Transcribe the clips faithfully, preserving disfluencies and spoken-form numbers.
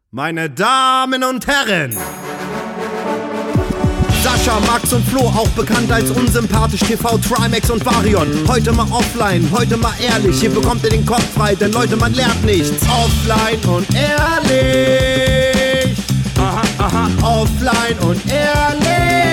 Meine Damen und Herren, Sascha, Max und Flo, auch bekannt als unsympathisch T V, Trimax und Varion. Heute mal offline, heute mal ehrlich, hier bekommt ihr den Kopf frei, denn Leute, man lernt nichts. Offline und ehrlich, aha, aha, offline und ehrlich.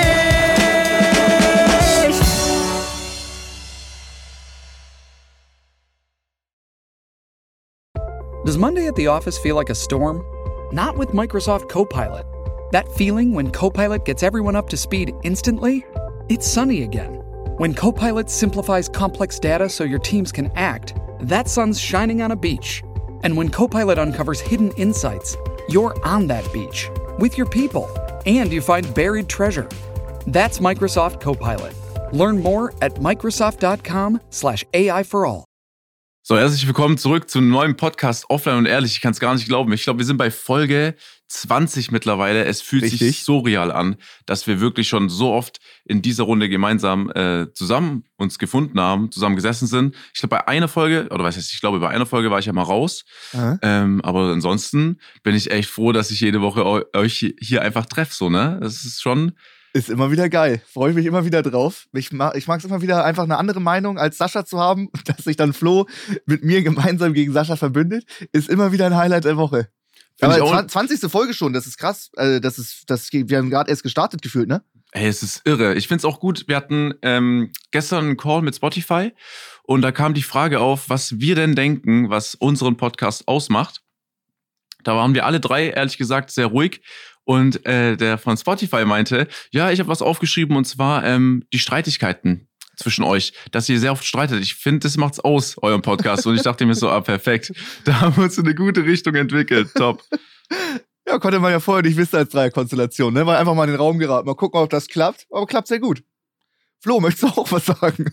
Does Monday at the office feel like a storm? Not with Microsoft Copilot. That feeling when Copilot gets everyone up to speed instantly? It's sunny again. When Copilot simplifies complex data so your teams can act, that sun's shining on a beach. And when Copilot uncovers hidden insights, you're on that beach with your people, and you find buried treasure. That's Microsoft Copilot. Learn more at Microsoft.com slash AI for all. So, herzlich willkommen zurück zum neuen Podcast Offline und Ehrlich. Ich kann es gar nicht glauben. Ich glaube, wir sind bei Folge zwanzig mittlerweile. Es fühlt Richtig. sich so real an, dass wir wirklich schon so oft in dieser Runde gemeinsam äh, zusammen uns gefunden haben, zusammen gesessen sind. Ich glaube, bei einer Folge, oder was heißt, ich glaube, bei einer Folge war ich ja mal raus. Ähm, aber ansonsten bin ich echt froh, dass ich jede Woche euch hier einfach treffe. So, ne? Das ist schon... Ist immer wieder geil. Freue ich mich immer wieder drauf. Ich mag ich mag es immer wieder, einfach eine andere Meinung als Sascha zu haben, dass sich dann Flo mit mir gemeinsam gegen Sascha verbündet, ist immer wieder ein Highlight der Woche. Aber zwanzigste Folge schon, das ist krass. Also das ist, das, wir haben gerade erst gestartet gefühlt, ne? Hey, es ist irre. Ich find's auch gut. Wir hatten ähm, gestern einen Call mit Spotify und da kam die Frage auf, was wir denn denken, was unseren Podcast ausmacht. Da waren wir alle drei, ehrlich gesagt, sehr ruhig. Und äh, der von Spotify meinte, ja, ich habe was aufgeschrieben und zwar ähm, die Streitigkeiten zwischen euch, dass ihr sehr oft streitet. Ich finde, das macht's aus, euren Podcast. Und ich dachte mir so, ah, perfekt. Da haben wir uns in eine gute Richtung entwickelt. Top. Ja, konnte man ja vorher nicht wissen als Dreierkonstellation, ne? Mal einfach mal in den Raum geraten. Mal gucken, ob das klappt. Aber klappt sehr gut. Flo, möchtest du auch was sagen?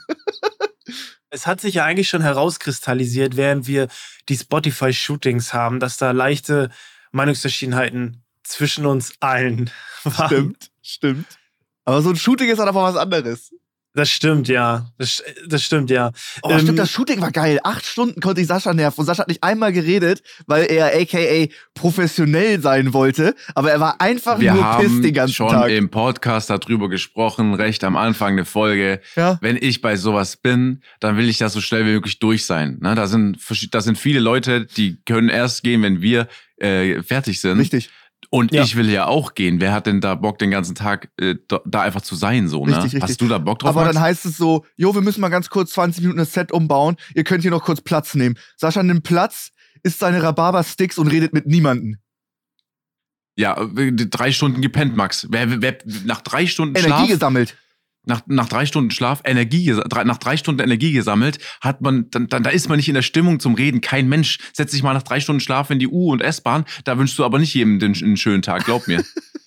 Es hat sich ja eigentlich schon herauskristallisiert, während wir die Spotify-Shootings haben, dass da leichte Meinungsverschiedenheiten zwischen uns allen waren. Stimmt, stimmt. Aber so ein Shooting ist halt einfach was anderes. Das stimmt, ja. Das, das stimmt, ja. Oh, ähm, stimmt, das Shooting war geil. Acht Stunden konnte ich Sascha nerven. Und Sascha hat nicht einmal geredet, weil er aka professionell sein wollte. Aber er war einfach wir nur piss den ganzen schon Tag. Wir haben im Podcast darüber gesprochen, recht am Anfang der Folge. Ja. Wenn ich bei sowas bin, dann will ich das so schnell wie möglich durch sein. Ne, da sind, da sind viele Leute, die können erst gehen, wenn wir äh, fertig sind. Richtig. Und ja. ich will ja auch gehen. Wer hat denn da Bock, den ganzen Tag äh, da einfach zu sein, so, ne? Richtig, richtig. Hast du da Bock drauf? Aber Max? dann heißt es so, jo, wir müssen mal ganz kurz zwanzig Minuten das Set umbauen. Ihr könnt hier noch kurz Platz nehmen. Sascha nimmt Platz, isst seine Rhabarber-Sticks und redet mit niemandem. Ja, drei Stunden gepennt, Max. Wer, wer nach drei Stunden Energie Schlaf... gesammelt. Nach, nach drei Stunden Schlaf, Energie, nach drei Stunden Energie gesammelt, hat man, dann, dann, da ist man nicht in der Stimmung zum Reden. Kein Mensch setzt sich mal nach drei Stunden Schlaf in die U- und S-Bahn. Da wünschst du aber nicht jedem den, einen schönen Tag, glaub mir.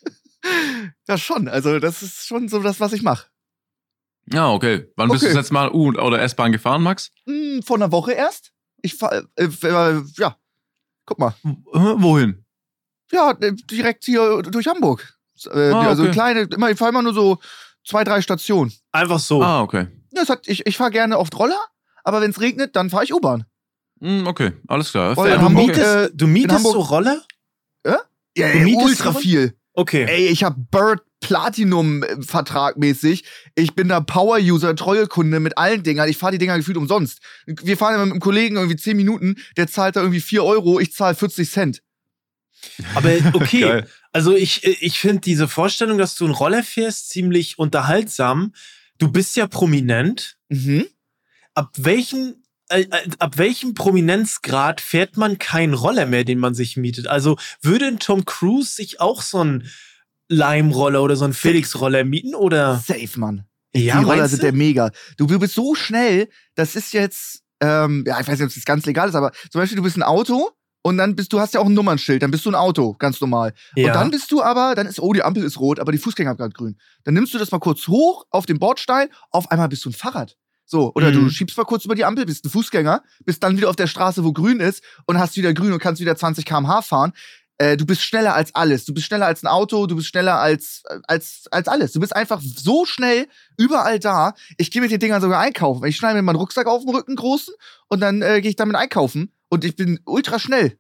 Ja, schon. Also, das ist schon so das, was ich mache. Ja, okay. Wann bist Okay. du das letzte Mal U- oder S-Bahn gefahren, Max? Hm, vor einer Woche erst. Ich fahr, äh, äh, ja. Guck mal. Wohin? Ja, äh, direkt hier durch Hamburg. Äh, Ah, Also okay. kleine, immer, ich fahre immer nur so zwei, drei Stationen. Einfach so. Ah, okay. Ja, es hat, ich ich fahre gerne oft Roller, aber wenn es regnet, dann fahre ich U-Bahn. Hm, okay, alles klar. Weil in du Hamburg, mietest, äh, du mietest Hamburg- so Roller? Ja, Du ey, mietest ultra so- viel. Okay. Ey, ich hab Bird Platinum äh, vertragmäßig. Ich bin da Power-User, treue Kunde mit allen Dingern. Ich fahre die Dinger gefühlt umsonst. Wir fahren immer mit einem Kollegen irgendwie zehn Minuten, der zahlt da irgendwie vier Euro, ich zahle vierzig Cent. Aber okay, Geil. also ich, ich finde diese Vorstellung, dass du einen Roller fährst, ziemlich unterhaltsam. Du bist ja prominent. Mhm. Ab welchem, äh, äh, ab welchem Prominenzgrad fährt man keinen Roller mehr, den man sich mietet? Also würde ein Tom Cruise sich auch so einen Lime-Roller oder so einen Felix-Roller mieten? Oder? Safe, Mann. Ja, die Roller meinst sind du? der mega. Du, du bist so schnell, das ist jetzt, ähm, ja, ich weiß nicht, ob das ganz legal ist, aber zum Beispiel, du bist ein Auto und dann bist du, hast ja auch ein Nummernschild, dann bist du ein Auto, ganz normal. Ja. Und dann bist du aber, dann ist, oh, die Ampel ist rot, aber die Fußgänger haben gerade grün. Dann nimmst du das mal kurz hoch auf den Bordstein, auf einmal bist du ein Fahrrad. So, oder Mhm. du schiebst mal kurz über die Ampel, bist ein Fußgänger, bist dann wieder auf der Straße, wo grün ist und hast wieder grün und kannst wieder zwanzig Kilometer pro Stunde fahren. Äh, du bist schneller als alles. Du bist schneller als ein Auto, du bist schneller als, als, als alles. Du bist einfach so schnell überall da. Ich gehe mit den Dingern sogar einkaufen. Ich schneide mir meinen Rucksack auf den Rücken, großen, und dann äh, gehe ich damit einkaufen. Und ich bin ultra schnell.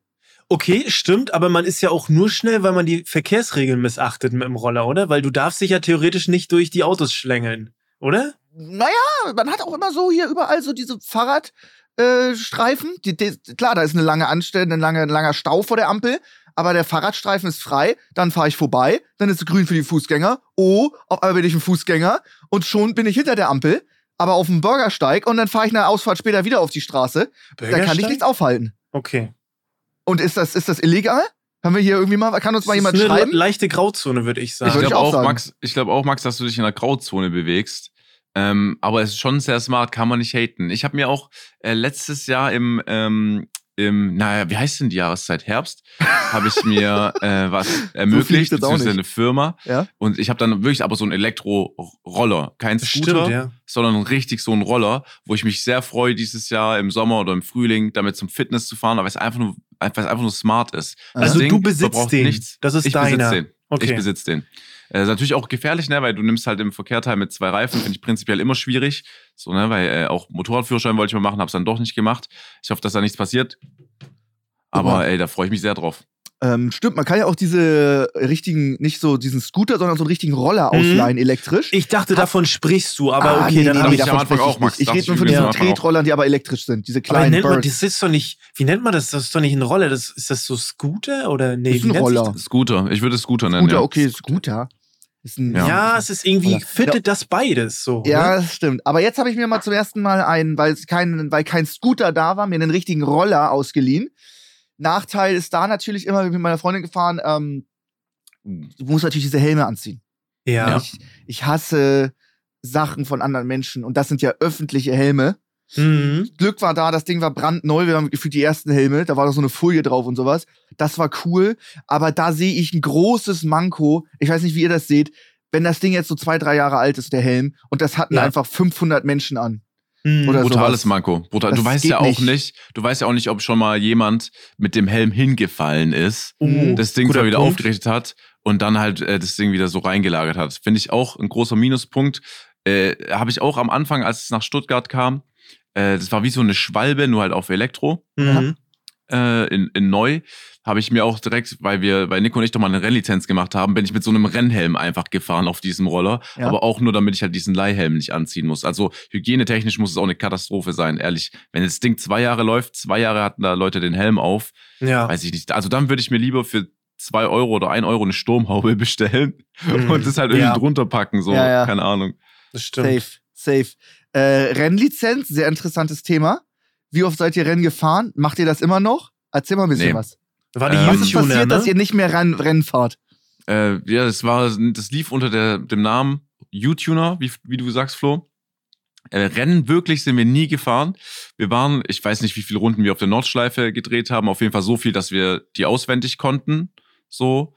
Okay, stimmt, aber man ist ja auch nur schnell, weil man die Verkehrsregeln missachtet mit dem Roller, oder? Weil du darfst dich ja theoretisch nicht durch die Autos schlängeln, oder? Naja, man hat auch immer so hier überall so diese Fahrradstreifen. Äh, die, die, klar, da ist eine lange Anstelle, ein lange, langer Stau vor der Ampel, aber der Fahrradstreifen ist frei, dann fahre ich vorbei, dann ist es grün für die Fußgänger, oh, auf einmal bin ich ein Fußgänger und schon bin ich hinter der Ampel, aber auf dem Bürgersteig und dann fahre ich eine Ausfahrt später wieder auf die Straße. Da kann ich nichts aufhalten. Okay. Und ist das, ist das illegal? Haben wir hier irgendwie mal, kann uns mal das jemand ist eine schreiben? le- leichte Grauzone, würde ich sagen. Ich Würde glaube ich auch auch, sagen. Max, ich glaube auch, Max, dass du dich in der Grauzone bewegst. Ähm, aber es ist schon sehr smart, kann man nicht haten. Ich habe mir auch äh, letztes Jahr im, ähm, im, naja, wie heißt denn die Jahreszeit? Herbst, habe ich mir äh, was ermöglicht, jetzt auch beziehungsweise nicht. eine Firma. Ja? Und ich habe dann wirklich aber so einen Elektro-Roller, kein Scooter, Stimmt, ja. sondern richtig so einen Roller, wo ich mich sehr freue, dieses Jahr im Sommer oder im Frühling damit zum Fitness zu fahren, aber es einfach nur, weil es einfach nur smart ist. Das Also Ding du besitzt verbraucht den. Nichts. Das ist ich deiner. besitze den. Okay. Ich besitze den. Äh, ist natürlich auch gefährlich, ne, weil du nimmst halt im Verkehr teil mit zwei Reifen, finde ich prinzipiell immer schwierig. So, ne, weil äh, auch Motorradführerschein wollte ich mal machen, hab's dann doch nicht gemacht. Ich hoffe, dass da nichts passiert. Aber ey, da freue ich mich sehr drauf. Ähm, stimmt, man kann ja auch diese richtigen, nicht so diesen Scooter, sondern so einen richtigen Roller Mhm. ausleihen, elektrisch. Ich dachte, davon sprichst du, aber Ah, okay, nee, dann nee, hab nee, ich... ich am davon Anfang spreche auch, ich Max. nicht. Ich Dachte rede ich nur von übrigens diesen am Anfang auch. Tretrollern, die aber elektrisch sind. Diese Aber kleinen nennt man, Birds. das ist doch nicht, wie nennt man das? Das ist doch nicht ein Roller, das, ist das so Scooter oder nee? Das ist wie ein nennt sich Roller. das? Scooter, ich würde es Scooter nennen. Scooter, ja. okay, Scooter. Ist ein, Ja. Ja, es ist irgendwie, Roller. fittet das beides so. Ja, Ne? das stimmt. Aber jetzt habe ich mir mal zum ersten Mal einen, weil es kein, weil kein Scooter da war, mir einen richtigen Roller ausgeliehen. Nachteil ist da natürlich immer, ich bin mit meiner Freundin gefahren, ähm, du musst natürlich diese Helme anziehen. Ja. Ich, ich hasse Sachen von anderen Menschen und das sind ja öffentliche Helme. Mhm. Glück war da, das Ding war brandneu, wir haben gefühlt die ersten Helme, da war doch so eine Folie drauf und sowas. Das war cool, aber da sehe ich ein großes Manko. Ich weiß nicht, wie ihr das seht, wenn das Ding jetzt so zwei, drei Jahre alt ist, der Helm, und das hatten Ja. einfach fünfhundert Menschen an. Mhm. Oder Brutales sowas. Manko. Brutal. Das Du weißt geht ja auch nicht. nicht. du weißt ja auch nicht, ob schon mal jemand mit dem Helm hingefallen ist, Uh, das Ding guter zwar wieder Punkt. aufgerichtet hat und dann halt äh, das Ding wieder so reingelagert hat. Finde ich auch ein großer Minuspunkt. Äh, Habe ich auch am Anfang, als es nach Stuttgart kam, äh, das war wie so eine Schwalbe, nur halt auf Elektro. Mhm. äh, in, in neu, habe ich mir auch direkt, weil wir, weil Nico und ich doch mal eine Rennlizenz gemacht haben, bin ich mit so einem Rennhelm einfach gefahren auf diesem Roller. Ja. Aber auch nur, damit ich halt diesen Leihhelm nicht anziehen muss. Also hygienetechnisch muss es auch eine Katastrophe sein, ehrlich. Wenn das Ding zwei Jahre läuft, zwei Jahre hatten da Leute den Helm auf, Ja. weiß ich nicht. Also dann würde ich mir lieber für zwei Euro oder ein Euro eine Sturmhaube bestellen Mhm. und das halt irgendwie Ja. drunter packen, so, Ja, ja. keine Ahnung. Das stimmt. Safe, safe. Äh, Rennlizenz, sehr interessantes Thema. Wie oft seid ihr Rennen gefahren? Macht ihr das immer noch? Erzähl mal ein bisschen Nee. was. War die Äh, Was ist U-Tuner, passiert, ne? dass ihr nicht mehr Renn, Rennen fahrt? Äh, ja, das war, das lief unter der, dem Namen U-Tuner, wie, wie du sagst, Flo. Äh, Rennen wirklich sind wir nie gefahren. Wir waren, ich weiß nicht, wie viele Runden wir auf der Nordschleife gedreht haben, auf jeden Fall so viel, dass wir die auswendig konnten. So.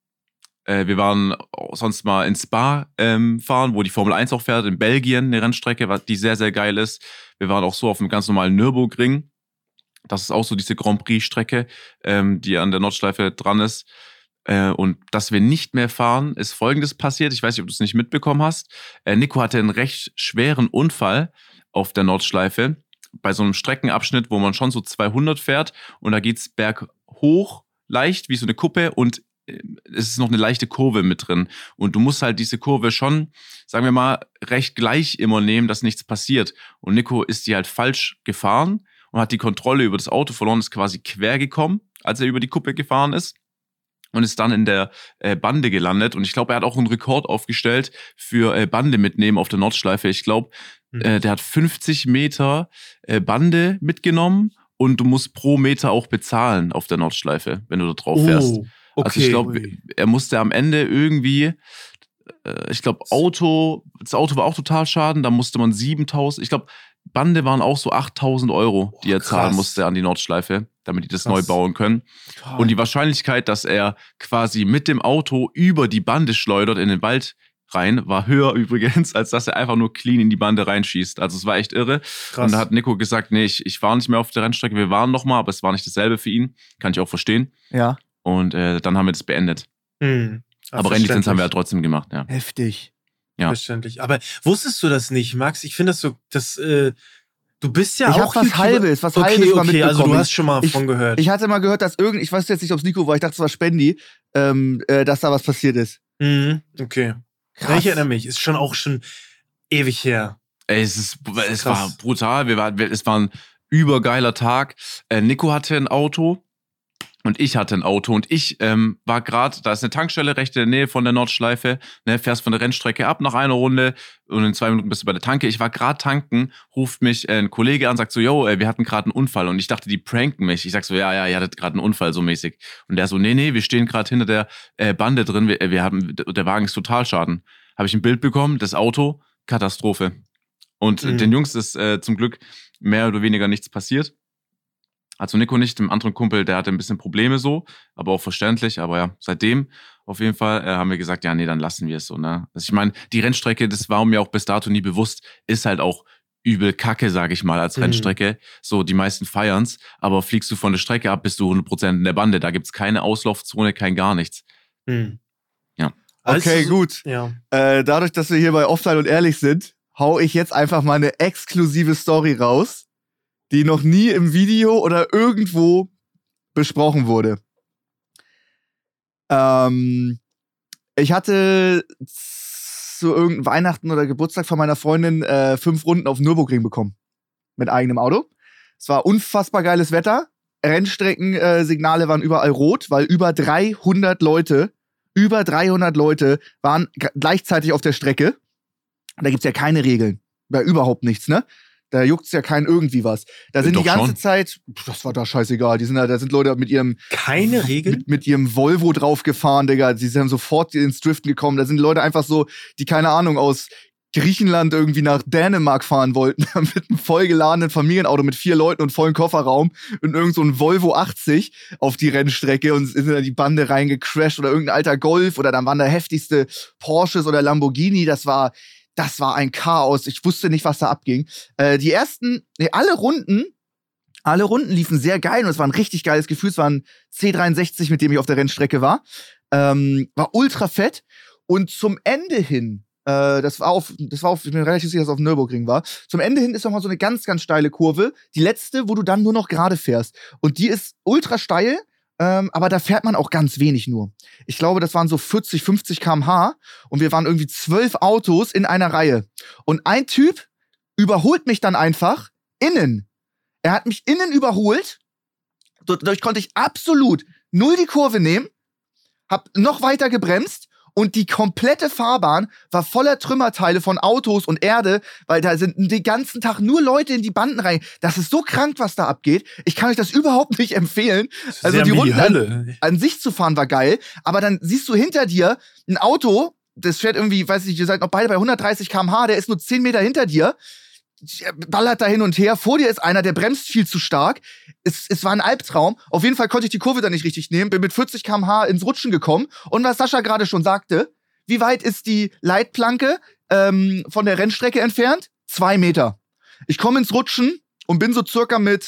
Äh, wir waren sonst mal in Spa ähm, fahren, wo die Formel eins auch fährt, in Belgien, eine Rennstrecke, was- die sehr, sehr geil ist. Wir waren auch so auf einem ganz normalen Nürburgring. Das ist auch so diese Grand Prix-Strecke, ähm, die an der Nordschleife dran ist. Äh, und dass wir nicht mehr fahren, ist Folgendes passiert. Ich weiß nicht, ob du es nicht mitbekommen hast. Äh, Nico hatte einen recht schweren Unfall auf der Nordschleife. Bei so einem Streckenabschnitt, wo man schon so zweihundert fährt. Und da geht's berghoch, leicht, wie so eine Kuppe. Und äh, es ist noch eine leichte Kurve mit drin. Und du musst halt diese Kurve schon, sagen wir mal, recht gleich immer nehmen, dass nichts passiert. Und Nico ist die halt falsch gefahren und hat die Kontrolle über das Auto verloren, ist quasi quer gekommen, als er über die Kuppe gefahren ist. Und ist dann in der äh, Bande gelandet. Und ich glaube, er hat auch einen Rekord aufgestellt für äh, Bande mitnehmen auf der Nordschleife. Ich glaube, Mhm. äh, der hat fünfzig Meter äh, Bande mitgenommen und du musst pro Meter auch bezahlen auf der Nordschleife, wenn du da drauf fährst. Oh, okay. Also ich glaube, er musste am Ende irgendwie, äh, ich glaube, Auto, das Auto war auch total schaden, da musste man siebentausend, ich glaube, Bande waren auch so achttausend Euro, die er Krass. zahlen musste an die Nordschleife, damit die das Krass. neu bauen können. Und die Wahrscheinlichkeit, dass er quasi mit dem Auto über die Bande schleudert in den Wald rein, war höher übrigens, als dass er einfach nur clean in die Bande reinschießt. Also es war echt irre. Krass. Und da hat Nico gesagt, nee, ich, ich war nicht mehr auf der Rennstrecke, wir waren noch mal, aber es war nicht dasselbe für ihn. Kann ich auch verstehen. Ja. Und äh, dann haben wir das beendet. Hm. Ja, aber Rennlizenz haben wir ja verständlich. trotzdem gemacht, ja. Heftig. Ja. Verständlich. Aber wusstest du das nicht, Max? Ich finde das so, das, äh, Du bist ja ich auch hab was Halbes, was okay, Halbes mal okay, mitbekommen. also du hast schon mal ich, von gehört. Ich hatte mal gehört, dass irgend, ich weiß jetzt nicht, ob es Nico war, ich dachte, es war Spendi, ähm, äh, dass da was passiert ist. Mhm, okay. Krass. Ja, ich erinnere mich. Ist schon auch schon ewig her. Ey, es, ist, es Krass. war brutal. Wir war, es war ein übergeiler Tag. Äh, Nico hatte ein Auto und ich hatte ein Auto. Und ich ähm, war gerade, da ist eine Tankstelle recht in der Nähe von der Nordschleife. Ne, fährst von der Rennstrecke ab nach einer Runde und in zwei Minuten bist du bei der Tanke. Ich war gerade tanken, ruft mich äh, ein Kollege an, sagt so, yo, ey, wir hatten gerade einen Unfall. Und ich dachte, die pranken mich. Ich sag so, ja, ja, ihr hattet gerade einen Unfall, so mäßig. Und der so, nee, nee, wir stehen gerade hinter der äh, Bande drin. Wir, wir haben, der Wagen ist Totalschaden. Habe ich ein Bild bekommen, das Auto, Katastrophe. Und Mhm. den Jungs ist äh, zum Glück mehr oder weniger nichts passiert. Also Nico nicht, dem anderen Kumpel, der hatte ein bisschen Probleme so, aber auch verständlich. Aber ja, seitdem auf jeden Fall äh, haben wir gesagt, ja, nee, dann lassen wir es so. Ne? Also ich meine, die Rennstrecke, das war mir auch bis dato nie bewusst, ist halt auch übel kacke, sage ich mal, als Mhm. Rennstrecke. So, die meisten feiern's, aber fliegst du von der Strecke ab, bist du hundert Prozent in der Bande. Da gibt's keine Auslaufzone, kein gar nichts. Hm. Ja. Okay, Also, gut. Ja. Äh, dadurch, dass wir hier bei Offline und ehrlich sind, hau ich jetzt einfach mal eine exklusive Story raus, die noch nie im Video oder irgendwo besprochen wurde. Ähm, ich hatte zu irgendeinem Weihnachten oder Geburtstag von meiner Freundin äh, fünf Runden auf Nürburgring bekommen. Mit eigenem Auto. Es war unfassbar geiles Wetter. Rennstreckensignale waren überall rot, weil über dreihundert Leute, über dreihundert Leute waren g- gleichzeitig auf der Strecke. Da gibt's ja keine Regeln. Ja, überhaupt nichts, ne? Da juckt's ja kein irgendwie was. Da sind Doch die ganze schon. Zeit, pf, das war da scheißegal. Die sind da, da sind Leute mit ihrem Keine Regeln? mit, mit ihrem Volvo draufgefahren, Digga. Die sind sofort ins Driften gekommen. Da sind Leute einfach so, die, keine Ahnung, aus Griechenland irgendwie nach Dänemark fahren wollten, mit einem vollgeladenen Familienauto mit vier Leuten und vollen Kofferraum und irgend so ein Volvo achtzig auf die Rennstrecke und sind in die Bande reingecrashed oder irgendein alter Golf oder dann waren da heftigste Porsches oder Lamborghini. Das war, das war ein Chaos. Ich wusste nicht, was da abging. Äh, die ersten, nee, alle Runden, alle Runden liefen sehr geil und es war ein richtig geiles Gefühl. Es war ein C dreiundsechzig, mit dem ich auf der Rennstrecke war. Ähm, war ultra fett. Und zum Ende hin, äh, das war auf, das war auf, ich bin relativ sicher, dass es auf Nürburgring war. Zum Ende hin ist noch mal so eine ganz, ganz steile Kurve. Die letzte, wo du dann nur noch gerade fährst. Und die ist ultra steil, ähm, aber da fährt man auch ganz wenig nur. Ich glaube, das waren so vierzig, fünfzig Kilometer pro Stunde und wir waren irgendwie zwölf Autos in einer Reihe. Und ein Typ überholt mich dann einfach innen. Er hat mich innen überholt. Dadurch konnte ich absolut null die Kurve nehmen, hab noch weiter gebremst und die komplette Fahrbahn war voller Trümmerteile von Autos und Erde, weil da sind den ganzen Tag nur Leute in die Banden rein. Das ist so krank, was da abgeht. Ich kann euch das überhaupt nicht empfehlen. Also Sehr die wie Runden an, Hölle. an sich zu fahren war geil, aber dann siehst du hinter dir ein Auto, das fährt irgendwie, weiß ich, ihr seid noch beide bei hundertdreißig Kilometer pro Stunde, der ist nur zehn Meter hinter dir, ballert da hin und her, vor dir ist einer, der bremst viel zu stark. Es, es war ein Albtraum. Auf jeden Fall konnte ich die Kurve dann nicht richtig nehmen, bin mit vierzig Kilometer pro Stunde ins Rutschen gekommen. Und was Sascha gerade schon sagte, wie weit ist die Leitplanke ähm, von der Rennstrecke entfernt? Zwei Meter. Ich komme ins Rutschen und bin so circa mit,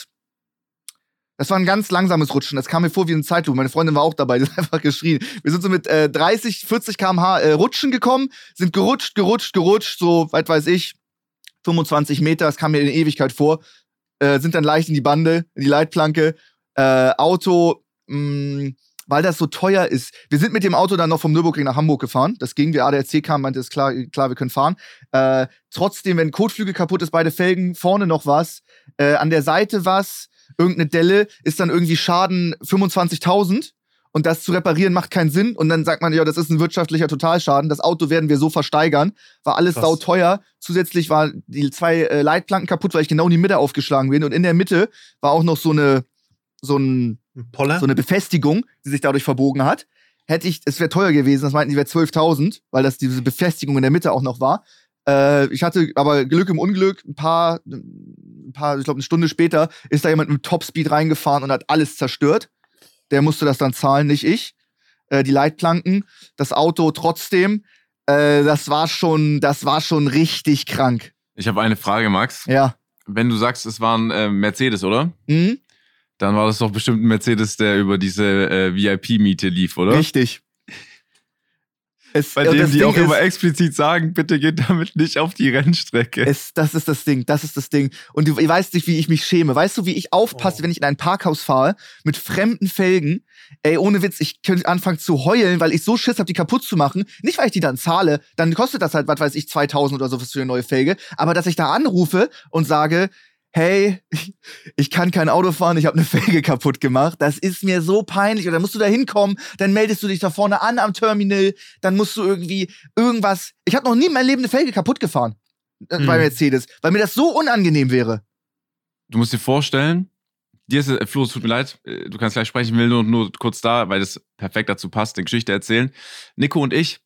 das war ein ganz langsames Rutschen, das kam mir vor wie eine Zeitlupe. Meine Freundin war auch dabei, die hat einfach geschrien. Wir sind so mit äh, dreißig, vierzig Kilometer pro Stunde äh, Rutschen gekommen, sind gerutscht, gerutscht, gerutscht, so weit weiß ich, fünfundzwanzig Meter, das kam mir in Ewigkeit vor, äh, sind dann leicht in die Bande, in die Leitplanke, äh, Auto, mh, weil das so teuer ist. Wir sind mit dem Auto dann noch vom Nürburgring nach Hamburg gefahren. Das ging, der A D A C kam, meinte, ist klar, klar, wir können fahren. Äh, trotzdem, wenn Kotflügel kaputt ist, beide Felgen, vorne noch was, äh, an der Seite was, irgendeine Delle, ist dann irgendwie Schaden fünfundzwanzigtausend. Und das zu reparieren macht keinen Sinn. Und dann sagt man, ja, das ist ein wirtschaftlicher Totalschaden. Das Auto werden wir so versteigern. War alles Krass. sauteuer. Zusätzlich waren die zwei äh, Leitplanken kaputt, weil ich genau in die Mitte aufgeschlagen bin. Und in der Mitte war auch noch so eine, so ein, Ein Poller? so eine Befestigung, die sich dadurch verbogen hat. Hätte ich, es wäre teuer gewesen. Das meinten die wäre zwölftausend, weil das diese Befestigung in der Mitte auch noch war. Äh, ich hatte aber Glück im Unglück. Ein paar, ein paar, ich glaube, eine Stunde später ist da jemand mit Topspeed reingefahren und hat alles zerstört. Der musste das dann zahlen, nicht ich. Äh, die Leitplanken, das Auto trotzdem. Äh, das war schon, das war schon richtig krank. Ich habe eine Frage, Max. Ja. Wenn du sagst, es war ein äh, Mercedes, oder? Mhm. Dann war das doch bestimmt ein Mercedes, der über diese äh, V I P-Miete lief, oder? Richtig. Es, Bei denen die auch immer explizit sagen, bitte geht damit nicht auf die Rennstrecke. Es, das ist das Ding, das ist das Ding. Und du weißt nicht, wie ich mich schäme. Weißt du, wie ich aufpasse, oh. wenn ich in ein Parkhaus fahre mit fremden Felgen? Ey, ohne Witz, ich könnte anfangen zu heulen, weil ich so Schiss habe, die kaputt zu machen. Nicht, weil ich die dann zahle, dann kostet das halt, was weiß ich, zweitausend oder so für eine neue Felge. Aber dass ich da anrufe und sage, hey, ich kann kein Auto fahren, ich habe eine Felge kaputt gemacht. Das ist mir so peinlich. Und dann musst du da hinkommen, dann meldest du dich da vorne an am Terminal, dann musst du irgendwie irgendwas. Ich habe noch nie in meinem Leben eine Felge kaputt gefahren äh, hm. bei Mercedes, weil mir das so unangenehm wäre. Du musst dir vorstellen, dir ist äh, Flo, es tut mir leid, du kannst gleich sprechen, ich will nur, nur kurz da, weil das perfekt dazu passt, eine Geschichte erzählen. Nico und ich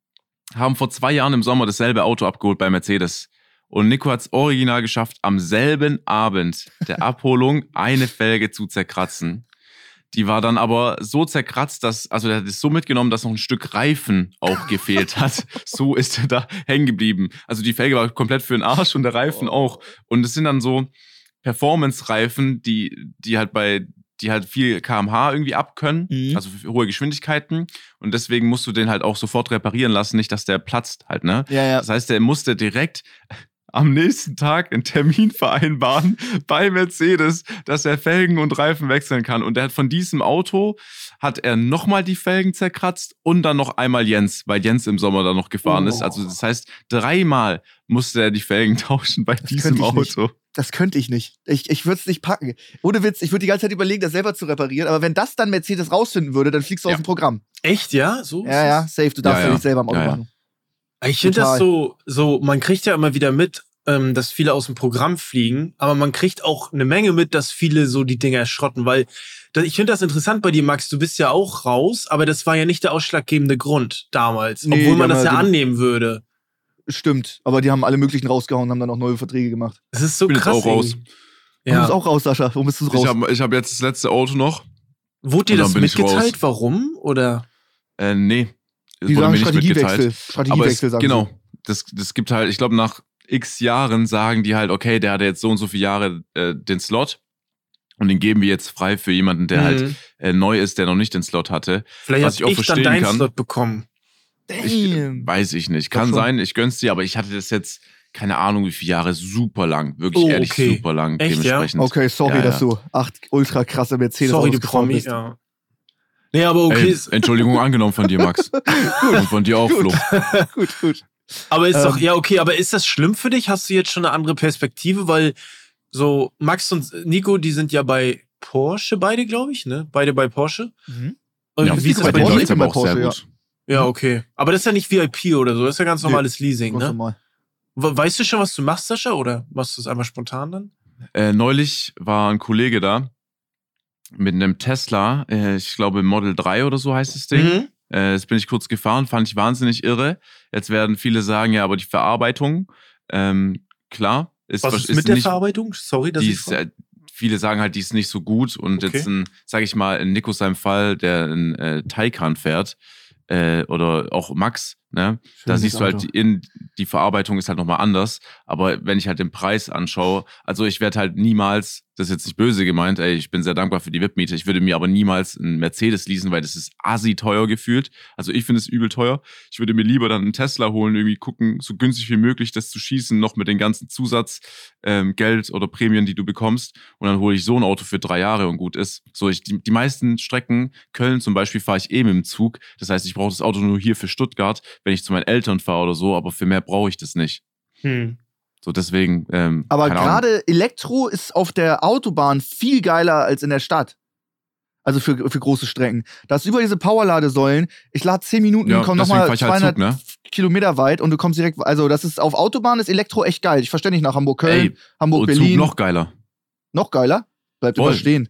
haben vor zwei Jahren im Sommer dasselbe Auto abgeholt bei Mercedes. Und Nico hat es original geschafft, am selben Abend der Abholung eine Felge zu zerkratzen. Die war dann aber so zerkratzt, dass, also der hat es so mitgenommen, dass noch ein Stück Reifen auch gefehlt hat. So ist er da hängen geblieben. Also die Felge war komplett für den Arsch und der Reifen oh. auch. Und es sind dann so Performance-Reifen, die, die halt bei, die halt viel Kilometer pro Stunde irgendwie abkönnen, mhm. also für hohe Geschwindigkeiten. Und deswegen musst du den halt auch sofort reparieren lassen, nicht, dass der platzt halt, ne? Ja, ja. Das heißt, der musste direkt am nächsten Tag einen Termin vereinbaren bei Mercedes, dass er Felgen und Reifen wechseln kann. Und er hat von diesem Auto, hat er nochmal die Felgen zerkratzt und dann noch einmal Jens, weil Jens im Sommer da noch gefahren oh. ist. Also das heißt, dreimal musste er die Felgen tauschen bei das diesem Auto. Nicht. Das könnte ich nicht. Ich, ich würde es nicht packen. Ohne Witz, ich würde die ganze Zeit überlegen, das selber zu reparieren. Aber wenn das dann Mercedes rausfinden würde, dann fliegst du ja. aus dem Programm. Echt, ja? So ja, ja, safe. Du darfst ja, ja. ja nicht selber am Auto ja, ja. machen. Ich finde das so, so, man kriegt ja immer wieder mit, ähm, dass viele aus dem Programm fliegen, aber man kriegt auch eine Menge mit, dass viele so die Dinger schrotten, weil das, ich finde das interessant bei dir, Max, du bist ja auch raus, aber das war ja nicht der ausschlaggebende Grund damals, nee, obwohl man das ja annehmen würde. Stimmt, aber die haben alle möglichen rausgehauen und haben dann auch neue Verträge gemacht. Das ist so ich bin krass. Jetzt auch raus. Ja. Du bist auch raus, Sascha. Warum bist du raus? Ich habe ich hab jetzt das letzte Auto noch. Wurde dir das mitgeteilt, warum? Oder? Äh, nee. Die sagen Strategiewechsel. Strategiewechsel, sagen genau. Das, das gibt halt, ich glaube, nach x Jahren sagen die halt, okay, der hatte jetzt so und so viele Jahre äh, den Slot und den geben wir jetzt frei für jemanden, der mhm. halt äh, neu ist, der noch nicht den Slot hatte. Vielleicht was ich auch ich verstehen dann deinen kann. Slot bekommen. Ich, weiß ich nicht. Kann sein, ich gönn's dir, aber ich hatte das jetzt, keine Ahnung wie viele Jahre, super lang. Wirklich oh, ehrlich, okay. super lang. Echt, dementsprechend. Ja? Okay, sorry, ja, dass ja. du acht ultra krasse Mercedes sorry, du Promi, bist. ja. Nee, aber okay. Ey, Entschuldigung angenommen von dir, Max. Und von dir auch, Flo. gut, gut. Aber ist ähm, doch, ja, okay, aber ist das schlimm für dich? Hast du jetzt schon eine andere Perspektive? Weil so Max und Nico, die sind ja bei Porsche beide, glaube ich, ne? Beide bei Porsche. Mhm. Und ja, wie ist das bei dir? Läuft aber auch Porsche, sehr gut. Ja. ja, okay. Aber das ist ja nicht V I P oder so, das ist ja ganz normales nee, Leasing, ne? Normal. Weißt du schon, was du machst, Sascha, oder machst du es einmal spontan dann? Äh, neulich war ein Kollege da mit einem Tesla, äh, ich glaube Model drei oder so heißt das Ding. Mhm. Äh, jetzt bin ich kurz gefahren, fand ich wahnsinnig irre. Jetzt werden viele sagen, ja, aber die Verarbeitung, ähm, klar. Ist, was ist, ist mit der nicht, Verarbeitung? Sorry, dass die ich ist, äh, viele sagen halt, die ist nicht so gut. Und okay. jetzt, ein, sag ich mal, in Nico seinem Fall, der einen äh, Taycan fährt, äh, oder auch Max, ne? Schön, da siehst du halt, in, die Verarbeitung ist halt nochmal anders. Aber wenn ich halt den Preis anschaue, also ich werde halt niemals, das ist jetzt nicht böse gemeint, ey, ich bin sehr dankbar für die V I P-Miete, ich würde mir aber niemals einen Mercedes leasen, weil das ist assi teuer gefühlt. Also ich finde es übel teuer. Ich würde mir lieber dann einen Tesla holen, irgendwie gucken, so günstig wie möglich das zu schießen, noch mit den ganzen Zusatz ähm, Geld oder Prämien, die du bekommst. Und dann hole ich so ein Auto für drei Jahre und gut ist. So, ich, die, die meisten Strecken, Köln zum Beispiel, fahre ich eh mit dem Zug. Das heißt, ich brauche das Auto nur hier für Stuttgart, wenn ich zu meinen Eltern fahre oder so, aber für mehr brauche ich das nicht. Hm. So, deswegen. Ähm, aber gerade Elektro ist auf der Autobahn viel geiler als in der Stadt. Also für, für große Strecken. Da hast du über diese Powerladesäulen, ich lade zehn Minuten, ja, komm nochmal zweihundert halt Zug, ne? Kilometer weit und du kommst direkt, also das ist, auf Autobahn ist Elektro echt geil. Ich verstehe nicht nach Hamburg-Köln, Hamburg-Berlin. Zug noch geiler. Noch geiler? Bleibt immer stehen.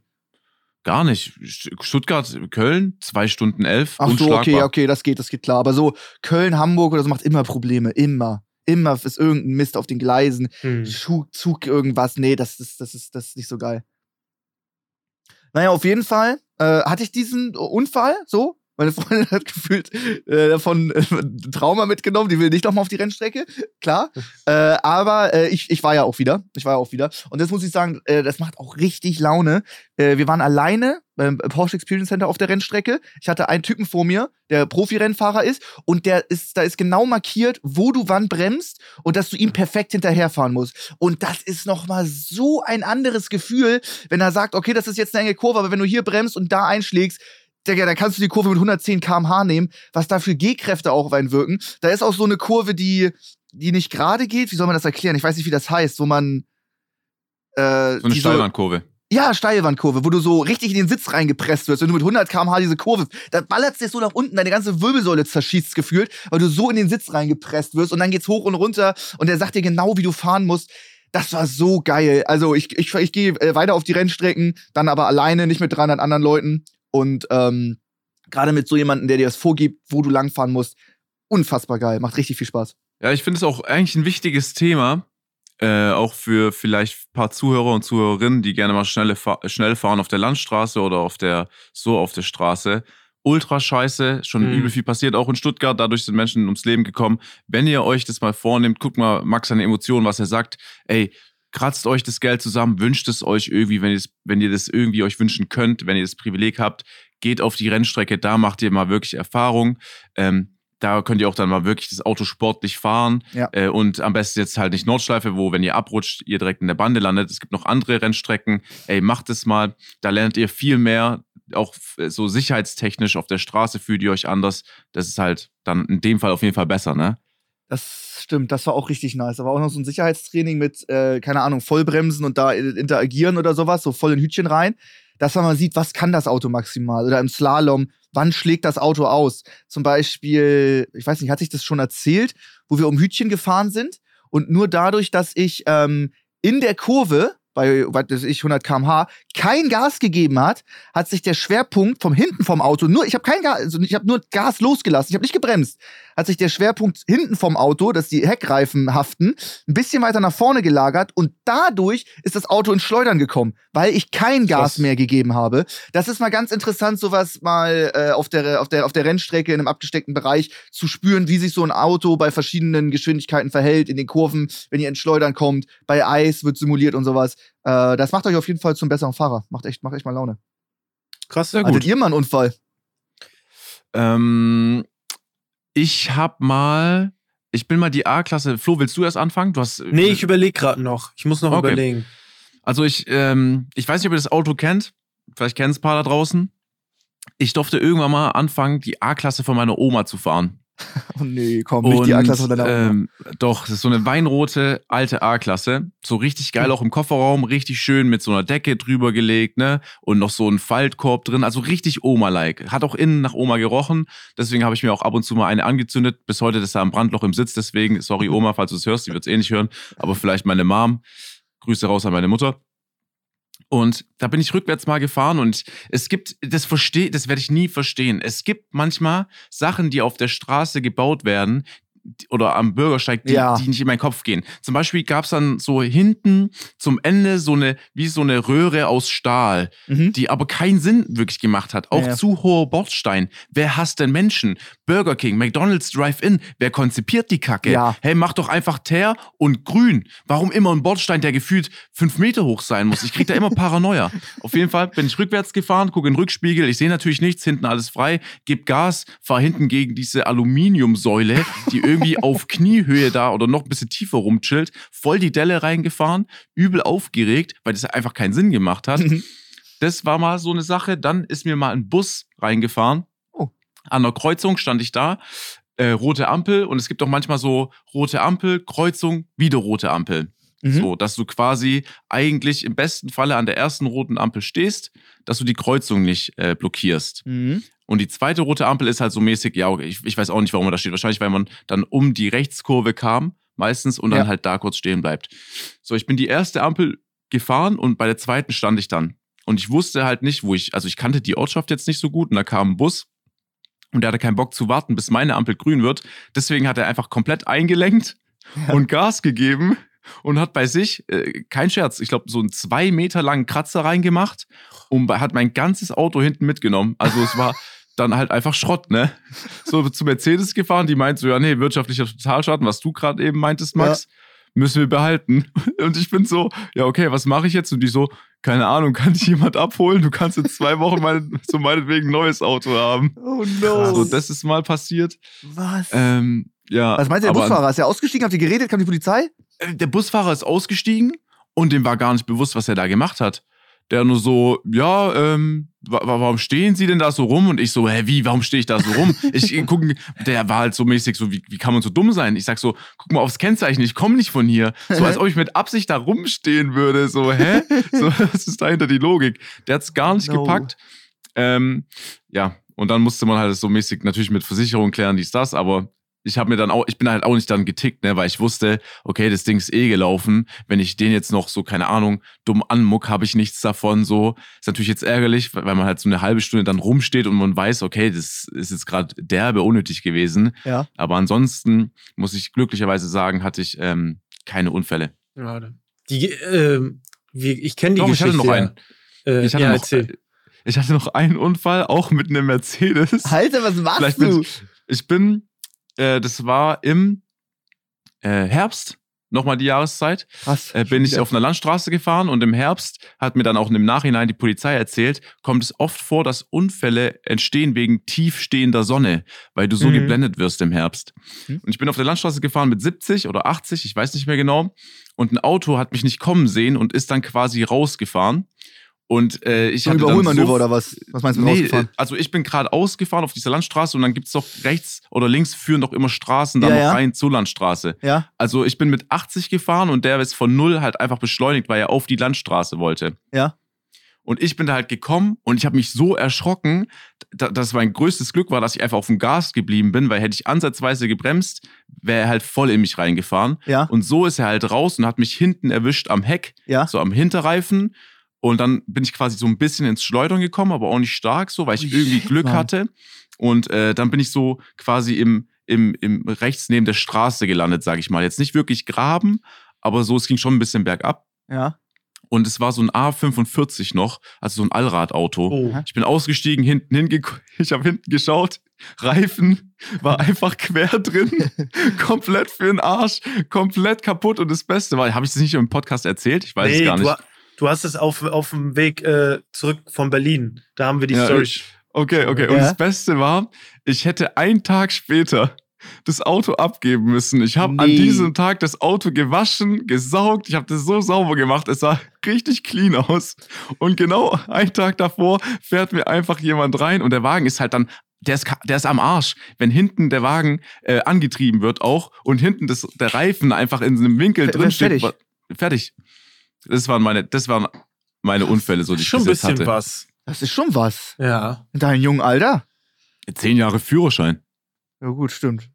Gar nicht. Stuttgart, Köln, zwei Stunden elf. Ach so, okay, okay, das geht, das geht klar. Aber so Köln, Hamburg, das macht immer Probleme, immer. Immer ist irgendein Mist auf den Gleisen, hm. Zug, Zug, irgendwas. Nee, das ist, das, ist, das ist nicht so geil. Naja, auf jeden Fall äh, hatte ich diesen Unfall, so, Meine Freundin hat gefühlt äh, davon äh, Trauma mitgenommen, die will nicht nochmal auf die Rennstrecke, klar. Äh, aber äh, ich, ich war ja auch wieder. Ich war ja auch wieder. Und das muss ich sagen, äh, das macht auch richtig Laune. Äh, wir waren alleine beim Porsche Experience Center auf der Rennstrecke. Ich hatte einen Typen vor mir, der Profi-Rennfahrer ist. Und der ist, da ist genau markiert, wo du wann bremst und dass du ihm perfekt hinterherfahren musst. Und das ist nochmal so ein anderes Gefühl, wenn er sagt, okay, das ist jetzt eine enge Kurve, aber wenn du hier bremst und da einschlägst, Digga, da kannst du die Kurve mit hundertzehn Kilometer pro Stunde nehmen, was da für G-Kräfte auch auf einen wirken. Da ist auch so eine Kurve, die, die nicht gerade geht. Wie soll man das erklären? Ich weiß nicht, wie das heißt, wo man äh, so eine Steilwandkurve. So, ja, Steilwandkurve, wo du so richtig in den Sitz reingepresst wirst. Wenn du mit hundert Kilometer pro Stunde diese Kurve, da ballert es dir so nach unten, deine ganze Wirbelsäule zerschießt gefühlt, weil du so in den Sitz reingepresst wirst und dann geht's hoch und runter und der sagt dir genau, wie du fahren musst. Das war so geil. Also ich, ich, ich gehe weiter auf die Rennstrecken, dann aber alleine, nicht mit dreihundert anderen Leuten. Und ähm, gerade mit so jemandem, der dir das vorgibt, wo du langfahren musst, unfassbar geil. Macht richtig viel Spaß. Ja, ich finde es auch eigentlich ein wichtiges Thema, äh, auch für vielleicht ein paar Zuhörer und Zuhörerinnen, die gerne mal schnelle fa- schnell fahren auf der Landstraße oder auf der so auf der Straße. Ultra scheiße, schon mhm. übel viel passiert, auch in Stuttgart, dadurch sind Menschen ums Leben gekommen. Wenn ihr euch das mal vornehmt, guckt mal Max seine Emotionen, was er sagt, ey, kratzt euch das Geld zusammen, wünscht es euch irgendwie, wenn ihr das, wenn ihr das irgendwie euch wünschen könnt, wenn ihr das Privileg habt, geht auf die Rennstrecke, da macht ihr mal wirklich Erfahrung. Ähm, da könnt ihr auch dann mal wirklich das Auto sportlich fahren. Ja. Äh, und am besten jetzt halt nicht Nordschleife, wo, wenn ihr abrutscht, ihr direkt in der Bande landet. Es gibt noch andere Rennstrecken. Ey, macht es mal. Da lernt ihr viel mehr, auch so sicherheitstechnisch auf der Straße fühlt ihr euch anders. Das ist halt dann in dem Fall auf jeden Fall besser, ne? Das stimmt, das war auch richtig nice. Da war auch noch so ein Sicherheitstraining mit, äh, keine Ahnung, Vollbremsen und da interagieren oder sowas, so voll in Hütchen rein. Dass man mal sieht, was kann das Auto maximal? Oder im Slalom, wann schlägt das Auto aus? Zum Beispiel, ich weiß nicht, hat sich das schon erzählt, wo wir um Hütchen gefahren sind und nur dadurch, dass ich ähm, in der Kurve bei, was weiß ich, hundert Kilometer pro Stunde kein Gas gegeben hat, hat sich der Schwerpunkt vom hinten vom Auto, nur ich habe kein Gas, also ich habe nur Gas losgelassen, ich habe nicht gebremst, hat sich der Schwerpunkt hinten vom Auto, dass die Heckreifen haften, ein bisschen weiter nach vorne gelagert und dadurch ist das Auto ins Schleudern gekommen, weil ich kein Gas mehr gegeben habe. Das ist mal ganz interessant, sowas mal äh, auf der auf der auf der Rennstrecke in einem abgesteckten Bereich zu spüren, wie sich so ein Auto bei verschiedenen Geschwindigkeiten verhält in den Kurven, wenn ihr ins Schleudern kommt, bei Eis wird simuliert und sowas. Äh, das macht euch auf jeden Fall zum besseren Fahrer. Macht echt, macht echt mal Laune. Krass, sehr gut. Hattet ihr mal einen Unfall? Ähm, ich hab mal, ich bin mal die A-Klasse. Flo, willst du erst anfangen? Du hast. Nee, ich überlege gerade noch. Ich muss noch okay. überlegen. Also ich, ähm, ich weiß nicht, ob ihr das Auto kennt. Vielleicht kennen es ein paar da draußen. Ich durfte irgendwann mal anfangen, die A-Klasse von meiner Oma zu fahren. Oh nee, komm, nicht und, die A-Klasse von deiner Oma. Ähm, doch, das ist so eine weinrote, alte A-Klasse. So richtig geil, auch im Kofferraum, richtig schön mit so einer Decke drüber gelegt, ne? Und noch so ein Faltkorb drin, also richtig Oma-like. Hat auch innen nach Oma gerochen, deswegen habe ich mir auch ab und zu mal eine angezündet. Bis heute ist da ein Brandloch im Sitz, deswegen, sorry Oma, falls du es hörst, die wird es eh nicht hören, aber vielleicht meine Mom. Grüße raus an meine Mutter. Und da bin ich rückwärts mal gefahren und es gibt, das verstehe, das werde ich nie verstehen. Es gibt manchmal Sachen, die auf der Straße gebaut werden oder am Bürgersteig, die, ja. die nicht in meinen Kopf gehen. Zum Beispiel gab es dann so hinten zum Ende so eine, wie so eine Röhre aus Stahl, mhm. die aber keinen Sinn wirklich gemacht hat. Auch ja. zu hoher Bordstein. Wer hasst denn Menschen? Burger King, McDonald's, Drive-In. Wer konzipiert die Kacke? Ja. Hey, mach doch einfach teer und grün. Warum immer ein Bordstein, der gefühlt fünf Meter hoch sein muss? Ich krieg da immer Paranoia. Auf jeden Fall bin ich rückwärts gefahren, gucke in den Rückspiegel. Ich sehe natürlich nichts, hinten alles frei. Geb Gas, fahr hinten gegen diese Aluminiumsäule, die irgendwie auf Kniehöhe da oder noch ein bisschen tiefer rumchillt, voll die Delle reingefahren, übel aufgeregt, weil das einfach keinen Sinn gemacht hat. Das war mal so eine Sache. Dann ist mir mal ein Bus reingefahren. Oh. An der Kreuzung stand ich da, äh, rote Ampel und es gibt auch manchmal so rote Ampel, Kreuzung, wieder rote Ampel. Mhm. So, dass du quasi eigentlich im besten Falle an der ersten roten Ampel stehst, dass du die Kreuzung nicht äh, blockierst. Mhm. Und die zweite rote Ampel ist halt so mäßig, ja, ich, ich weiß auch nicht, warum man da steht. Wahrscheinlich, weil man dann um die Rechtskurve kam, meistens, und dann ja. halt da kurz stehen bleibt. So, ich bin die erste Ampel gefahren und bei der zweiten stand ich dann. Und ich wusste halt nicht, wo ich, also ich kannte die Ortschaft jetzt nicht so gut und da kam ein Bus und der hatte keinen Bock zu warten, bis meine Ampel grün wird. Deswegen hat er einfach komplett eingelenkt ja. und Gas gegeben. Und hat bei sich, äh, kein Scherz, ich glaube, so einen zwei Meter langen Kratzer reingemacht und hat mein ganzes Auto hinten mitgenommen. Also es war dann halt einfach Schrott, ne? So zu Mercedes gefahren, die meint so, ja, nee, wirtschaftlicher Totalschaden, was du gerade eben meintest, Max, ja. müssen wir behalten. Und ich bin so, ja, okay, was mache ich jetzt? Und die so, keine Ahnung, kann dich jemand abholen? Du kannst in zwei Wochen mein, so meinetwegen ein neues Auto haben. Oh no. Also, das ist mal passiert. Was? Ähm, ja. Was meinst du, der Busfahrer? Ist er ausgestiegen? Habt ihr geredet? Kam die Polizei? Der Busfahrer ist ausgestiegen und dem war gar nicht bewusst, was er da gemacht hat. Der nur so, ja, ähm, wa- warum stehen Sie denn da so rum? Und ich so, hä, wie, warum stehe ich da so rum? Ich guck, der war halt so mäßig so, wie, wie kann man so dumm sein? Ich sag so, guck mal aufs Kennzeichen, ich komme nicht von hier. So, als ob ich mit Absicht da rumstehen würde. So, hä? So, was ist dahinter die Logik? Der hat's gar nicht No. gepackt. Ähm, ja, und dann musste man halt so mäßig natürlich mit Versicherung klären, dies, das, aber ich habe mir dann auch, ich bin halt auch nicht dann getickt, ne, weil ich wusste, okay, das Ding ist eh gelaufen. Wenn ich den jetzt noch so, keine Ahnung, dumm anmuck, habe ich nichts davon. So ist natürlich jetzt ärgerlich, weil man halt so eine halbe Stunde dann rumsteht und man weiß, okay, das ist jetzt gerade derbe unnötig gewesen. Ja. Aber ansonsten muss ich glücklicherweise sagen, hatte ich ähm, keine Unfälle. Ja, die, äh, wie, ich kenne die Doch, ich Geschichte. hatte noch einen. Äh, Ich hatte, ja, noch, erzähl. ich hatte noch einen Unfall, auch mit einem Mercedes. Alter, was machst Vielleicht du? mit, ich bin, äh, das war im äh, Herbst, nochmal die Jahreszeit, Krass. äh, bin ich auf einer Landstraße gefahren und im Herbst hat mir dann auch im Nachhinein die Polizei erzählt, kommt es oft vor, dass Unfälle entstehen wegen tiefstehender Sonne, weil du so Mhm. geblendet wirst im Herbst. Mhm. Und ich bin auf der Landstraße gefahren mit siebzig oder achtzig, ich weiß nicht mehr genau, und ein Auto hat mich nicht kommen sehen und ist dann quasi rausgefahren. Und äh, ich So ein hatte dann Überholmanöver so oder was? Was meinst du mit Nee, rausgefahren? also ich bin gerade ausgefahren auf dieser Landstraße und dann gibt's doch rechts oder links führen doch immer Straßen dann Ja, noch ja. rein zur Landstraße. Ja, Also ich bin mit achtzig gefahren und der ist von null halt einfach beschleunigt, weil er auf die Landstraße wollte. ja. Und ich bin da halt gekommen und ich habe mich so erschrocken, da- dass mein größtes Glück war, dass ich einfach auf dem Gas geblieben bin, weil hätte ich ansatzweise gebremst, wäre er halt voll in mich reingefahren. Ja. Und so ist er halt raus und hat mich hinten erwischt am Heck, Ja. so am Hinterreifen. Und dann bin ich quasi so ein bisschen ins Schleudern gekommen, aber auch nicht stark so, weil ich Ui, irgendwie Glück Mann. hatte. Und äh, dann bin ich so quasi im, im, im rechts neben der Straße gelandet, sage ich mal. Jetzt nicht wirklich Graben, aber so, es ging schon ein bisschen bergab. Ja. Und es war so ein A fünfundvierzig noch, also so ein Allradauto. Oh. Ich bin ausgestiegen, hinten hingeguckt, ich habe hinten geschaut, Reifen war einfach quer drin, komplett für den Arsch, komplett kaputt. Und das Beste war, habe ich das nicht im Podcast erzählt? Ich weiß Nee, es gar du, nicht. ha- du hast es auf, auf dem Weg äh, zurück von Berlin. Da haben wir die Ja, Story. Okay, okay. Und Ja. das Beste war, ich hätte einen Tag später das Auto abgeben müssen. Ich habe an Nee. diesem Tag das Auto gewaschen, gesaugt. Ich habe das so sauber gemacht. Es sah richtig clean aus. Und genau einen Tag davor fährt mir einfach jemand rein und der Wagen ist halt dann, der ist, ka- der ist am Arsch. Wenn hinten der Wagen äh, angetrieben wird auch und hinten das, der Reifen einfach in so einem Winkel Fer- drin steht. fertig. wa- Fertig. Das waren meine, das waren meine Unfälle, so die ich Schon ein bis jetzt bisschen hatte. was. Das ist schon was. Ja. In deinem jungen Alter. Zehn Jahre Führerschein. Ja, gut, stimmt.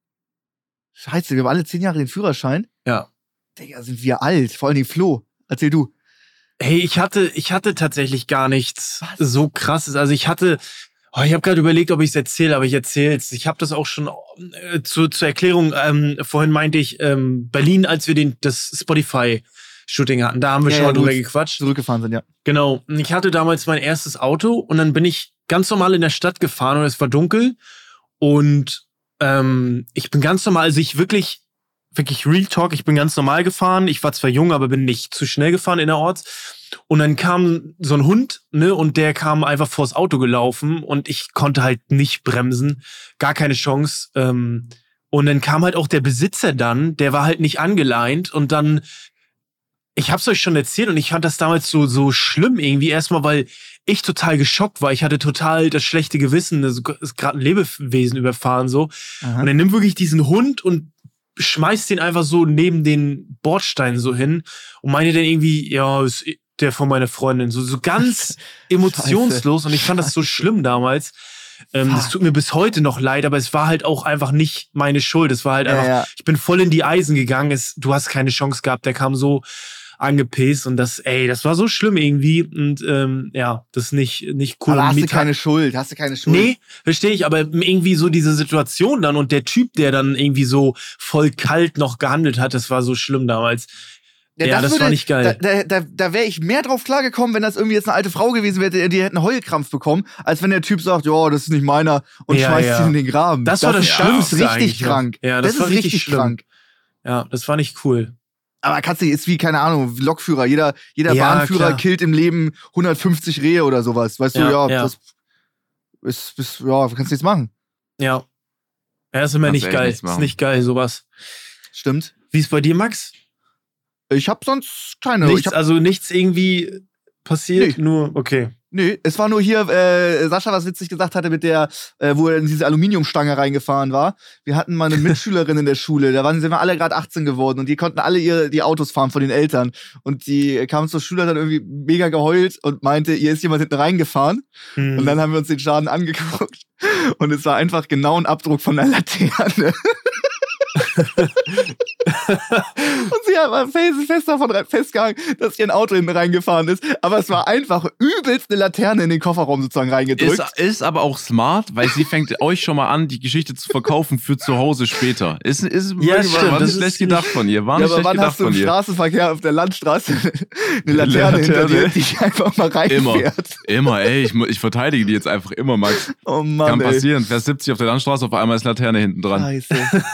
Scheiße, wir haben alle zehn Jahre den Führerschein. Ja. Digga, sind wir alt. Vor allem die Flo. Erzähl du. Hey, ich hatte, ich hatte tatsächlich gar nichts so krasses. Also ich hatte, oh, ich habe gerade überlegt, ob ich es erzähle, aber ich erzähle es. Ich habe das auch schon äh, zu, zur Erklärung. Ähm, vorhin meinte ich ähm, Berlin, als wir den das Spotify-Shooting hatten. Da haben wir Ja, schon ja, mal drüber gut. gequatscht. Zurückgefahren sind, ja. Genau. Und ich hatte damals mein erstes Auto und dann bin ich ganz normal in der Stadt gefahren und es war dunkel und ähm, ich bin ganz normal, also ich wirklich, wirklich Real Talk, ich bin ganz normal gefahren. Ich war zwar jung, aber bin nicht zu schnell gefahren innerorts. Und dann kam so ein Hund, ne, und der kam einfach vors Auto gelaufen und ich konnte halt nicht bremsen. Gar keine Chance. Ähm, und dann kam halt auch der Besitzer dann, der war halt nicht angeleint und dann, ich hab's euch schon erzählt und ich fand das damals so, so schlimm irgendwie. Erstmal, weil ich total geschockt war. Ich hatte total das schlechte Gewissen, das ist gerade ein Lebewesen überfahren so. Aha. Und er nimmt wirklich diesen Hund und schmeißt den einfach so neben den Bordstein so hin und meinte dann irgendwie, ja, ist der von meiner Freundin. So, so ganz emotionslos. Und ich fand das so schlimm damals. Ähm, das tut mir bis heute noch leid, aber es war halt auch einfach nicht meine Schuld. Es war halt Ja, einfach, ja. ich bin voll in die Eisen gegangen. Es, du hast keine Chance gehabt. Der kam so angepäst und das, ey, das war so schlimm irgendwie. Und ähm, ja, das ist nicht, nicht cool. Aber Und hast du mir keine Schuld? Hast du keine Schuld? Nee, verstehe ich, aber irgendwie so diese Situation dann und der Typ, der dann irgendwie so voll kalt noch gehandelt hat, das war so schlimm damals. Ja, Ja, das war nicht geil. Da, da, da wäre ich mehr drauf klargekommen, wenn das irgendwie jetzt eine alte Frau gewesen wäre, die, die hätte einen Heulkrampf bekommen, als wenn der Typ sagt, ja, das ist nicht meiner und Ja, schmeißt ja. ihn in den Graben. Das war das ist, Schlimmste Das ist eigentlich richtig noch. krank. Ja, das das war ist richtig richtig schlimm. krank. Ja, das war nicht cool. Aber kannst du, ist wie, keine Ahnung, Lokführer. Jeder, jeder Ja, Bahnführer klar. killt im Leben hundertfünfzig Rehe oder sowas. Weißt du, Ja, ja, ja. das ist, ist, ja, kannst nichts machen. Ja. Ja, ist immer Kannst nicht echt geil. nichts Ist machen. nicht geil, sowas. Stimmt. Wie ist bei dir, Max? Ich hab sonst keine. Nichts, ich hab, also nichts irgendwie passiert, Nee. nur, okay. nee, es war nur hier, äh, Sascha was witzig gesagt hatte mit der, äh, wo er in diese Aluminiumstange reingefahren war. Wir hatten mal eine Mitschülerin in der Schule, da waren, sind wir alle gerade achtzehn geworden und die konnten alle ihre, die Autos fahren von den Eltern. Und die kam zur Schule, hat dann irgendwie mega geheult und meinte, ihr ist jemand hinten reingefahren. Hm. Und dann haben wir uns den Schaden angeguckt. Und es war einfach genau ein Abdruck von einer Laterne. Und sie hat mal fest davon festgehangen, dass ihr ein Auto hinten reingefahren ist. Aber es war einfach übelst eine Laterne in den Kofferraum sozusagen reingedrückt. Ist, ist aber auch smart, weil sie fängt euch schon mal an, die Geschichte zu verkaufen für zu Hause später. Ist, ist Ja, war, stimmt, war das nicht schlecht ist gedacht von ihr. War ja, nicht aber schlecht wann gedacht hast du von im ihr. Straßenverkehr auf der Landstraße eine Laterne, Laterne. hinter dir, die einfach mal Immer. reinfährt? Immer, ey, ich, mu- ich verteidige die jetzt einfach immer, Max. Oh Mann, Kann ey. passieren. Fährst siebzig auf der Landstraße, auf einmal ist Laterne hinten dran. Scheiße.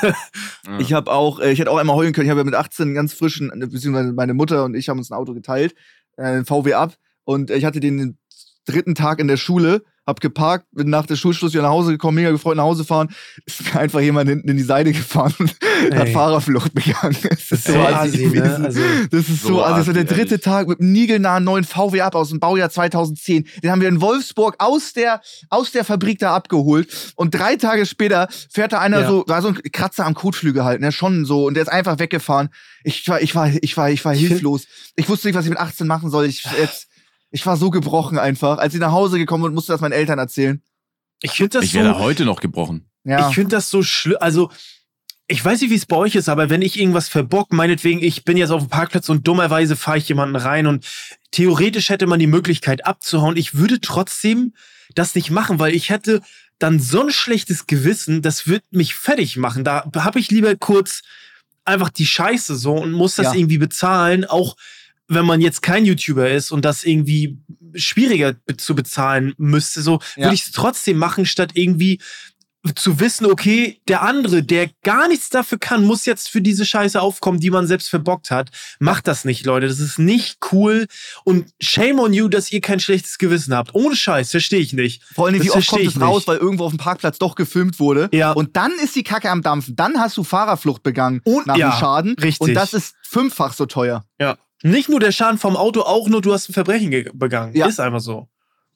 Ich habe auch, äh, ich hätte auch einmal heulen können. Ich habe ja mit achtzehn einen ganz frischen, beziehungsweise meine Mutter und ich haben uns ein Auto geteilt, äh, einen V W ab. Und ich hatte den dritten Tag in der Schule, hab geparkt, bin nach der Schulschluss wieder nach Hause gekommen, mega gefreut nach Hause fahren. Ist mir einfach jemand hinten in die Seite gefahren und hat Ey. Fahrerflucht begangen. Das ist so Ey, assi assi, gewesen. ne? Also, Das ist so, So also das war der assi, dritte ehrlich. Tag mit einem niegelnahen neuen V W ab aus dem Baujahr zweitausendzehn. Den haben wir in Wolfsburg aus der, aus der Fabrik da abgeholt. Und drei Tage später fährt da einer Ja. so, war so ein Kratzer am Kotflügel halt, ne, schon so. Und der ist einfach weggefahren. Ich war, ich war, ich war, ich war Ich find- hilflos. Ich wusste nicht, was ich mit achtzehn machen soll. Ich, jetzt, ich war so gebrochen einfach. Als ich nach Hause gekommen bin, musste das meinen Eltern erzählen. ich finde das Ich so. wäre heute noch gebrochen. Ja. Ich finde das so schlimm. Also, ich weiß nicht, wie es bei euch ist, aber wenn ich irgendwas verbock, meinetwegen, ich bin jetzt auf dem Parkplatz und dummerweise fahre ich jemanden rein und theoretisch hätte man die Möglichkeit abzuhauen. Ich würde trotzdem das nicht machen, weil ich hätte dann so ein schlechtes Gewissen, das wird mich fertig machen. Da habe ich lieber kurz einfach die Scheiße so und muss das Ja. irgendwie bezahlen, auch wenn man jetzt kein YouTuber ist und das irgendwie schwieriger be- zu bezahlen müsste, so Ja. würde ich es trotzdem machen, statt irgendwie zu wissen, okay, der andere, der gar nichts dafür kann, muss jetzt für diese Scheiße aufkommen, die man selbst verbockt hat. Macht das nicht, Leute. Das ist nicht cool. Und shame on you, dass ihr kein schlechtes Gewissen habt. Ohne Scheiß, verstehe ich nicht. Vor allem, Das wie oft kommt versteh es ich raus, nicht. weil irgendwo auf dem Parkplatz doch gefilmt wurde. Ja. Und dann ist die Kacke am Dampfen. Dann hast du Fahrerflucht begangen Und- nach ja, dem Schaden. richtig. Und das ist fünffach so teuer. Ja. Nicht nur der Schaden vom Auto, auch nur du hast ein Verbrechen ge- begangen. Ja. Ist einfach so.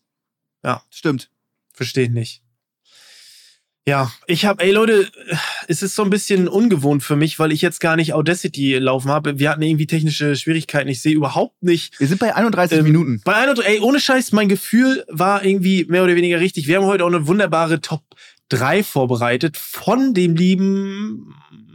Stimmt. Verstehe ich nicht. Ja, ich habe, ey Leute, es ist so ein bisschen ungewohnt für mich, weil ich jetzt gar nicht Audacity laufen habe. Wir hatten irgendwie technische Schwierigkeiten. Ich sehe überhaupt nicht. Wir sind bei einunddreißig Ähm, Minuten. Bei einer, ey, ohne Scheiß, mein Gefühl war irgendwie mehr oder weniger richtig. Wir haben heute auch eine wunderbare Top drei vorbereitet von dem lieben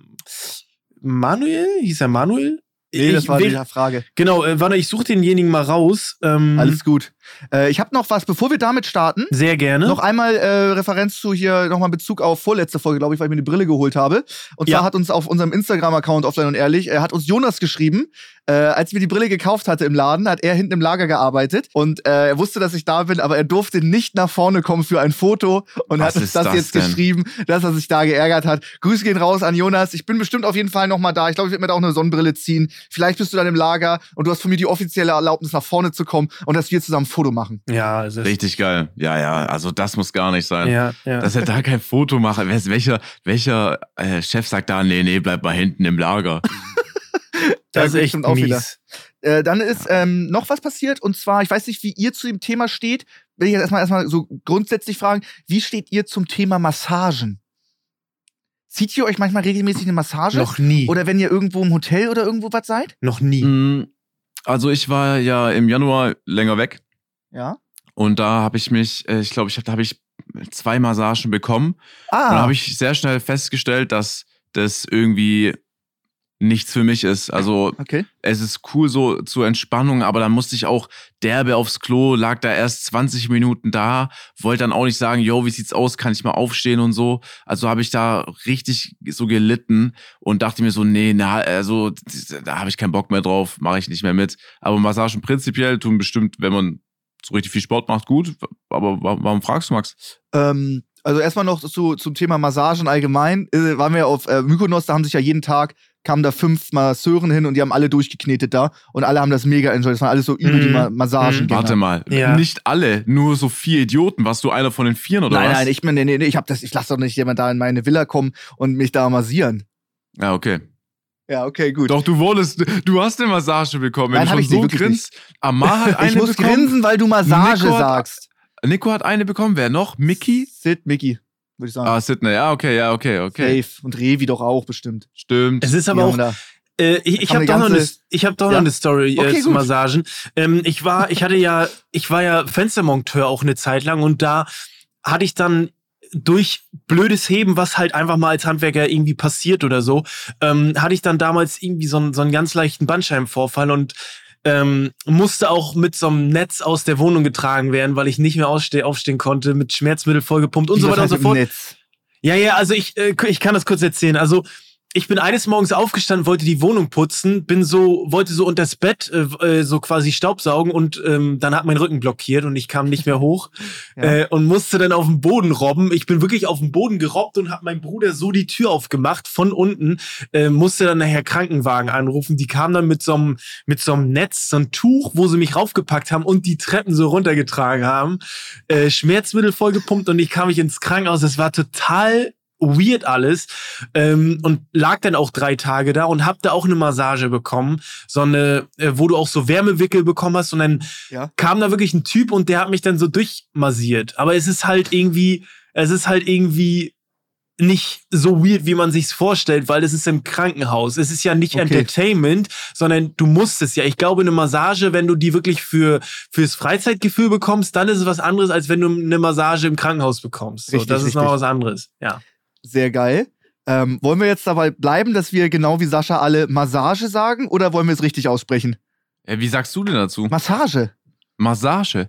Manuel. Hieß er Manuel? Nee, das Ich war will- die Frage. Genau, äh, warte, ich suche denjenigen mal raus. Ähm, Alles gut. Äh, ich habe noch was, bevor wir damit starten. Sehr gerne. Noch einmal äh, Referenz zu hier, nochmal Bezug auf vorletzte Folge, glaube ich, weil ich mir eine Brille geholt habe. Und zwar Ja. hat uns auf unserem Instagram-Account Offline und Ehrlich, äh, hat uns Jonas geschrieben, äh, als ich mir die Brille gekauft hatte im Laden, hat er hinten im Lager gearbeitet und äh, er wusste, dass ich da bin, aber er durfte nicht nach vorne kommen für ein Foto und Was hat uns ist das, das jetzt denn? geschrieben, dass er sich da geärgert hat. Grüße gehen raus an Jonas. Ich bin bestimmt auf jeden Fall nochmal da. Ich glaube, ich werde mir da auch eine Sonnenbrille ziehen. Vielleicht bist du dann im Lager und du hast von mir die offizielle Erlaubnis, nach vorne zu kommen und dass wir zusammen ein Foto machen. ja, also, Richtig geil. Ja, ja, also das muss gar nicht sein. ja, ja. Dass er da kein Foto macht. Wer- Welcher, welcher äh, Chef sagt da, nee, nee, bleib mal hinten im Lager? das Ja, ist echt stimmt auch wieder. mies. Äh, dann ist ähm, noch was passiert und zwar, ich weiß nicht, wie ihr zu dem Thema steht. Will ich jetzt erstmal erstmal so grundsätzlich fragen, wie steht ihr zum Thema Massagen? Zieht ihr euch manchmal regelmäßig eine Massage? Noch nie. Oder wenn ihr irgendwo im Hotel oder irgendwo was seid? Noch nie. Mm, Also ich war ja im Januar länger weg Ja. und da habe ich mich, äh, ich glaube, ich hab, da habe ich zwei Massagen bekommen. Ah. Und da habe ich sehr schnell festgestellt, dass das irgendwie nichts für mich ist. Also Okay. es ist cool so zur Entspannung, aber dann musste ich auch derbe aufs Klo, lag da erst zwanzig Minuten da, wollte dann auch nicht sagen, yo, wie sieht's aus, kann ich mal aufstehen und so. Also habe ich da richtig so gelitten und dachte mir so, nee, na, also da habe ich keinen Bock mehr drauf, mache ich nicht mehr mit. Aber Massagen prinzipiell tun bestimmt, wenn man so richtig viel Sport macht, gut. Aber warum fragst du, Max? Ähm, also erstmal noch zu, zum Thema Massagen allgemein. Äh, waren wir auf äh, Mykonos, da haben sich ja jeden Tag kamen da fünf Masseuren hin und die haben alle durchgeknetet da und alle haben das mega enjoyed. Das waren alles so über Mhm. die Ma Massagen. Mhm. Warte mal, Ja. nicht alle, nur so vier Idioten. Warst du einer von den Vieren oder Nein, was? nein, ich meine, nee, nee, ich hab das, ich lasse doch nicht jemand da in meine Villa kommen und mich da massieren. Ja, okay. Ja, okay, gut. Doch, du wurdest, du hast eine Massage bekommen. Wenn Nein, du hab schon ich nicht, so wirklich grinst. Amar hat eine ich muss bekommen. grinsen, weil du Massage Nico hat- sagst. Nico hat eine bekommen. Wer noch? Mickey? Sid, Mickey, würde ich sagen. Ah, Sydney. Ja, okay, ja, okay, okay. Safe. Und Revi doch auch bestimmt. Stimmt. Es ist aber Die auch, haben da- Äh, ich ich Haben habe eine doch, noch ganze- eine, ich hab doch Ja? noch eine Story Okay, äh, zu gut. Massagen. Ähm, ich war, ich hatte ja, ich war ja Fenstermonteur auch eine Zeit lang und da hatte ich dann durch blödes Heben, was halt einfach mal als Handwerker irgendwie passiert oder so, ähm, hatte ich dann damals irgendwie so einen, so einen ganz leichten Bandscheibenvorfall und ähm, musste auch mit so einem Netz aus der Wohnung getragen werden, weil ich nicht mehr ausste- aufstehen konnte, mit Schmerzmittel vollgepumpt und Wie, so was weiter und heißt so im fort. Netz? Ja, ja, also ich, äh, ich kann das kurz erzählen. Also ich bin eines Morgens aufgestanden, wollte die Wohnung putzen, bin so, wollte so unter das Bett äh, so quasi staubsaugen und ähm, dann hat mein Rücken blockiert und ich kam nicht mehr hoch Ja. äh, und musste dann auf den Boden robben. Ich bin wirklich auf den Boden gerobbt und habe meinem Bruder so die Tür aufgemacht von unten, äh, musste dann nachher Krankenwagen anrufen. Die kamen dann mit so einem mit so einem Netz, so ein Tuch, wo sie mich raufgepackt haben und die Treppen so runtergetragen haben. Äh, Schmerzmittel vollgepumpt und ich kam mich ins Krankenhaus. Das war total weird alles ähm, und lag dann auch drei Tage da und hab da auch eine Massage bekommen, so eine, äh, wo du auch so Wärmewickel bekommen hast und dann Ja. kam da wirklich ein Typ und der hat mich dann so durchmassiert. Aber es ist halt irgendwie, es ist halt irgendwie nicht so weird, wie man sich's vorstellt, weil es ist im Krankenhaus. Es ist ja nicht Okay. Entertainment, sondern du musst es ja. Ich glaube, eine Massage, wenn du die wirklich für fürs Freizeitgefühl bekommst, dann ist es was anderes, als wenn du eine Massage im Krankenhaus bekommst. So, Richtig, das ist noch richtig. was anderes. Ja. Sehr geil. Ähm, wollen wir jetzt dabei bleiben, dass wir genau wie Sascha alle Massage sagen oder wollen wir es richtig aussprechen? Äh, wie sagst du denn dazu? Massage. Massage.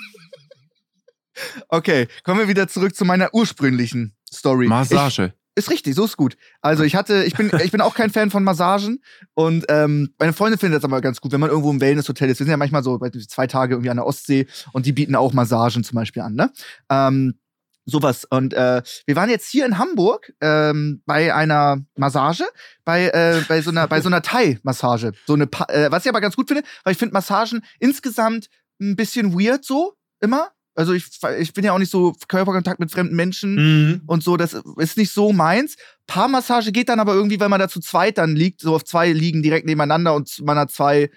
Okay, kommen wir wieder zurück zu meiner ursprünglichen Story. Massage. Ich, ist richtig, so ist gut. Also ich hatte, ich bin, ich bin auch kein Fan von Massagen und ähm, meine Freundin findet das aber ganz gut, wenn man irgendwo im Wellnesshotel ist. Wir sind ja manchmal so bei zwei Tage irgendwie an der Ostsee und die bieten auch Massagen zum Beispiel an, ne? Ähm, sowas. Und äh, wir waren jetzt hier in Hamburg ähm, bei einer Massage, bei, äh, bei so einer, bei so einer Thai-Massage. So eine, Pa- äh, was ich aber ganz gut finde, weil ich finde Massagen insgesamt ein bisschen weird so, immer. Also ich, ich bin ja auch nicht so Körperkontakt mit fremden Menschen Mhm. und so, das ist nicht so meins. Paarmassage geht dann aber irgendwie, weil man da zu zweit dann liegt, so auf zwei liegen direkt nebeneinander und man hat zwei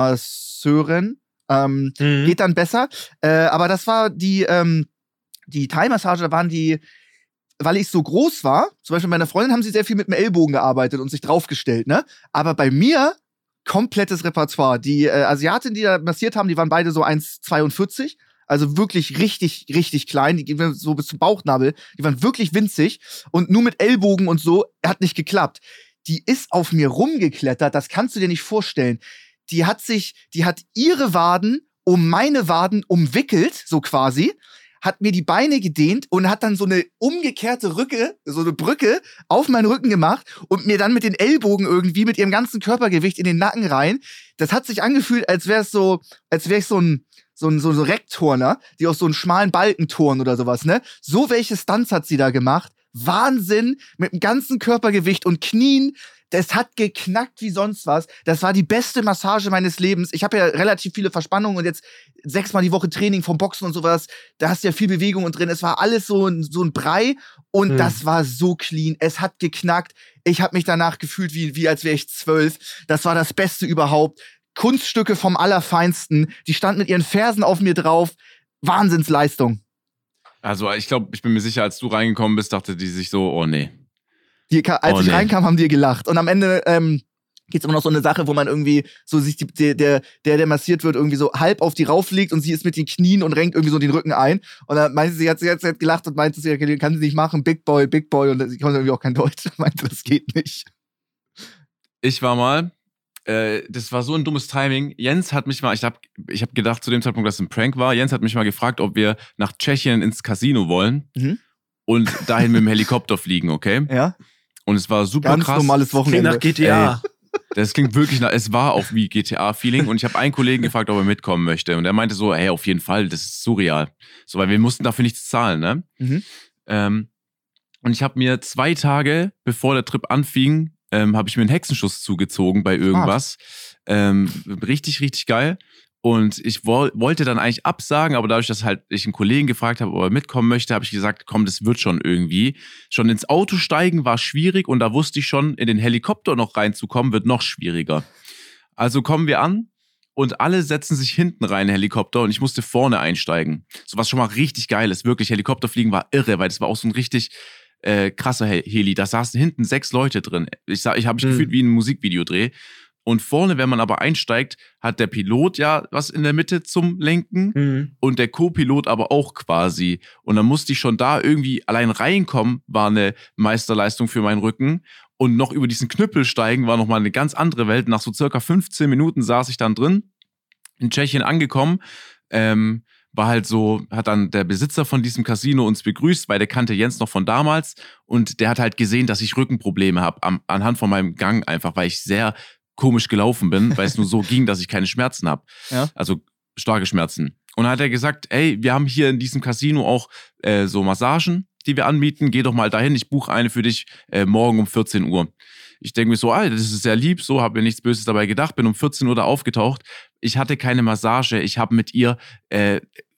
Masseuren. Ähm, Mhm. Geht dann besser. Äh, aber das war die, ähm, die Thai-Massage, da waren die, weil ich so groß war, zum Beispiel bei meiner Freundin haben sie sehr viel mit dem Ellbogen gearbeitet und sich draufgestellt, ne? Aber bei mir komplettes Repertoire. Die äh, Asiatinnen, die da massiert haben, die waren beide so eins Komma zweiundvierzig. Also wirklich richtig, richtig klein. Die gehen so bis zum Bauchnabel. Die waren wirklich winzig. Und nur mit Ellbogen und so, hat nicht geklappt. Die ist auf mir rumgeklettert, das kannst du dir nicht vorstellen. Die hat sich, die hat ihre Waden um meine Waden umwickelt, so quasi, hat mir die Beine gedehnt und hat dann so eine umgekehrte Rücke, so eine Brücke auf meinen Rücken gemacht und mir dann mit den Ellbogen irgendwie mit ihrem ganzen Körpergewicht in den Nacken rein. Das hat sich angefühlt, als wäre es so, als wäre ich so ein so ein so, so Reckturner, die auf so einen schmalen Balken turnen oder sowas, ne? So welche Stunts hat sie da gemacht. Wahnsinn, mit dem ganzen Körpergewicht und Knien. Das hat geknackt wie sonst was. Das war die beste Massage meines Lebens. Ich habe ja relativ viele Verspannungen und jetzt sechsmal die Woche Training vom Boxen und sowas. Da hast du ja viel Bewegung und drin. Es war alles so ein, so ein Brei und Hm. das war so clean. Es hat geknackt. Ich habe mich danach gefühlt, wie, wie als wäre ich zwölf. Das war das Beste überhaupt. Kunststücke vom Allerfeinsten. Die standen mit ihren Fersen auf mir drauf. Wahnsinnsleistung. Also ich glaube, ich bin mir sicher, als du reingekommen bist, dachte die sich so, oh nee. Die, als Oh, ich nee. reinkam, haben die gelacht. Und am Ende ähm, gibt's immer noch so eine Sache, wo man irgendwie so sich die, der, der, der, der massiert wird, irgendwie so halb auf die rauflegt und sie ist mit den Knien und renkt irgendwie so den Rücken ein. Und dann meinte sie, hat sie hat, sie hat gelacht und meinte sie, kann sie nicht machen, Big Boy, Big Boy. Und sie konnte irgendwie auch kein Deutsch. Meinte, das geht nicht. Ich war mal, äh, das war so ein dummes Timing. Jens hat mich mal, ich habe ich hab gedacht zu dem Zeitpunkt, dass es ein Prank war. Jens hat mich mal gefragt, ob wir nach Tschechien ins Casino wollen Mhm. und dahin mit dem Helikopter fliegen, okay? Ja. Und es war super Ganz krass. normales Klingt Wochenende. nach G T A. Das klingt wirklich nach, es war auch wie G T A-Feeling und ich habe einen Kollegen gefragt, ob er mitkommen möchte und er meinte so, hey, auf jeden Fall, das ist surreal. So, weil wir mussten dafür nichts zahlen, ne? Mhm. Ähm, und ich habe mir zwei Tage, bevor der Trip anfing, ähm, habe ich mir einen Hexenschuss zugezogen bei irgendwas. Ähm, richtig, richtig geil. Und ich wo- wollte dann eigentlich absagen, aber dadurch, dass halt ich einen Kollegen gefragt habe, ob er mitkommen möchte, habe ich gesagt, komm, das wird schon irgendwie. Schon ins Auto steigen war schwierig und da wusste ich schon, in den Helikopter noch reinzukommen, wird noch schwieriger. Also kommen wir an und alle setzen sich hinten rein in den Helikopter und ich musste vorne einsteigen. So was schon mal richtig geil ist. Wirklich, Helikopterfliegen war irre, weil das war auch so ein richtig äh, krasser Hel- Heli. Da saßen hinten sechs Leute drin. Ich, sag- ich habe mich Mhm. gefühlt wie in einem Musikvideodreh. Und vorne, wenn man aber einsteigt, hat der Pilot ja was in der Mitte zum Lenken Mhm. und der Co-Pilot aber auch quasi. Und dann musste ich schon da irgendwie allein reinkommen, war eine Meisterleistung für meinen Rücken. Und noch über diesen Knüppel steigen war nochmal eine ganz andere Welt. Nach so circa fünfzehn Minuten saß ich dann drin, in Tschechien angekommen. Ähm, war halt so, hat dann der Besitzer von diesem Casino uns begrüßt, weil der kannte Jens noch von damals. Und der hat halt gesehen, dass ich Rückenprobleme habe, am, anhand von meinem Gang einfach, weil ich sehr komisch gelaufen bin, weil es nur so ging, dass ich keine Schmerzen habe. Ja. Also starke Schmerzen. Und dann hat er gesagt, ey, wir haben hier in diesem Casino auch äh, so Massagen, die wir anbieten. Geh doch mal dahin, ich buche eine für dich äh, morgen um vierzehn Uhr. Ich denke mir so, Alter, das ist sehr lieb, so, habe mir nichts Böses dabei gedacht, bin um vierzehn Uhr da aufgetaucht. Ich hatte keine Massage, ich habe mit ihr äh,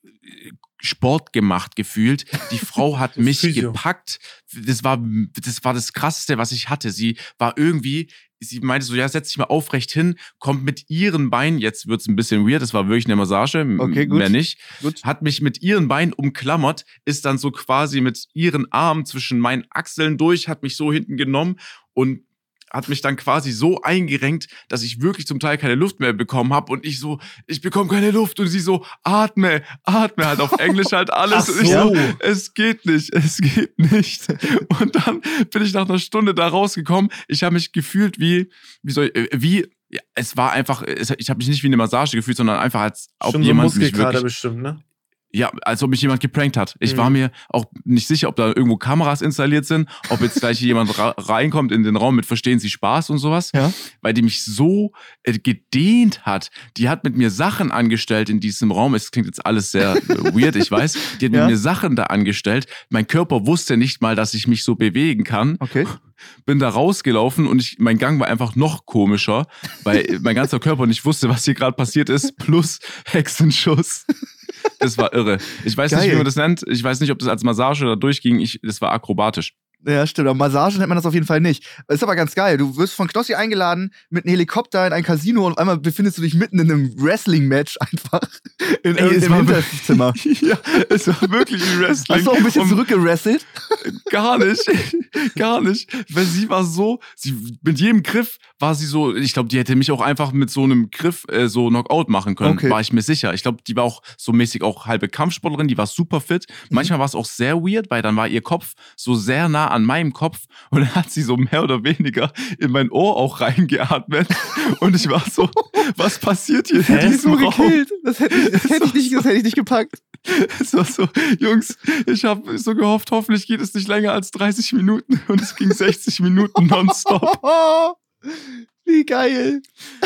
Sport gemacht gefühlt. Die Frau hat mich Physio. gepackt. Das war, das war das Krasseste, was ich hatte. Sie war irgendwie, sie meinte so, ja, setz dich mal aufrecht hin, kommt mit ihren Beinen, jetzt wird's ein bisschen weird, das war wirklich eine Massage, m- Okay, gut. mehr nicht, Gut. hat mich mit ihren Beinen umklammert, ist dann so quasi mit ihren Armen zwischen meinen Achseln durch, hat mich so hinten genommen und hat mich dann quasi so eingerenkt, dass ich wirklich zum Teil keine Luft mehr bekommen habe und ich so, ich bekomme keine Luft und sie so, atme, atme halt auf Englisch halt alles. Ach Und ich so, so. es geht nicht, es geht nicht. Und dann bin ich nach einer Stunde da rausgekommen. Ich habe mich gefühlt wie, wie soll ich, äh, wie, ja, es war einfach, es, ich habe mich nicht wie eine Massage gefühlt, sondern einfach als ob Schon so jemand mich Muskelkater wirklich, bestimmt, ne? ja, als ob mich jemand geprankt hat. Ich Mhm. war mir auch nicht sicher, ob da irgendwo Kameras installiert sind, ob jetzt gleich jemand ra- reinkommt in den Raum mit Verstehen Sie Spaß und sowas, Ja. weil die mich so äh, gedehnt hat. Die hat mit mir Sachen angestellt in diesem Raum. Es klingt jetzt alles sehr äh, weird, ich weiß. Die hat Ja. mit mir Sachen da angestellt. Mein Körper wusste nicht mal, dass ich mich so bewegen kann. Okay. Bin da rausgelaufen und ich, mein Gang war einfach noch komischer, weil mein ganzer Körper nicht wusste, was hier gerade passiert ist, plus Hexenschuss. Das war irre. Ich weiß nicht, Geil. wie man das nennt. Ich weiß nicht, ob das als Massage oder durchging. Ich, das war akrobatisch. Ja, stimmt. Aber Massagen nennt man das auf jeden Fall nicht. Ist aber ganz geil. Du wirst von Knossi eingeladen mit einem Helikopter in ein Casino und auf einmal befindest du dich mitten in einem Wrestling-Match einfach in Ey, es irgendeinem war Hinterzimmer. Ja, es war wirklich wie Wrestling. Hast du auch ein bisschen Und zurückgerasselt? Gar nicht. Gar nicht. Weil sie war so, sie, mit jedem Griff war sie so, ich glaube, die hätte mich auch einfach mit so einem Griff äh, so Knockout machen können, Okay. war ich mir sicher. Ich glaube, die war auch so mäßig auch halbe Kampfsportlerin, die war super fit. Manchmal war es auch sehr weird, weil dann war ihr Kopf so sehr nah an meinem Kopf und dann hat sie so mehr oder weniger in mein Ohr auch reingeatmet und ich war so, was passiert hier in Hätte ich diesem so Raum? gekillt. Das hätte ich, das hätte ich, nicht, das hätte ich nicht gepackt. Es war so, Jungs, ich habe so gehofft, hoffentlich geht es nicht länger als dreißig Minuten und es ging sechzig Minuten nonstop. Wie geil.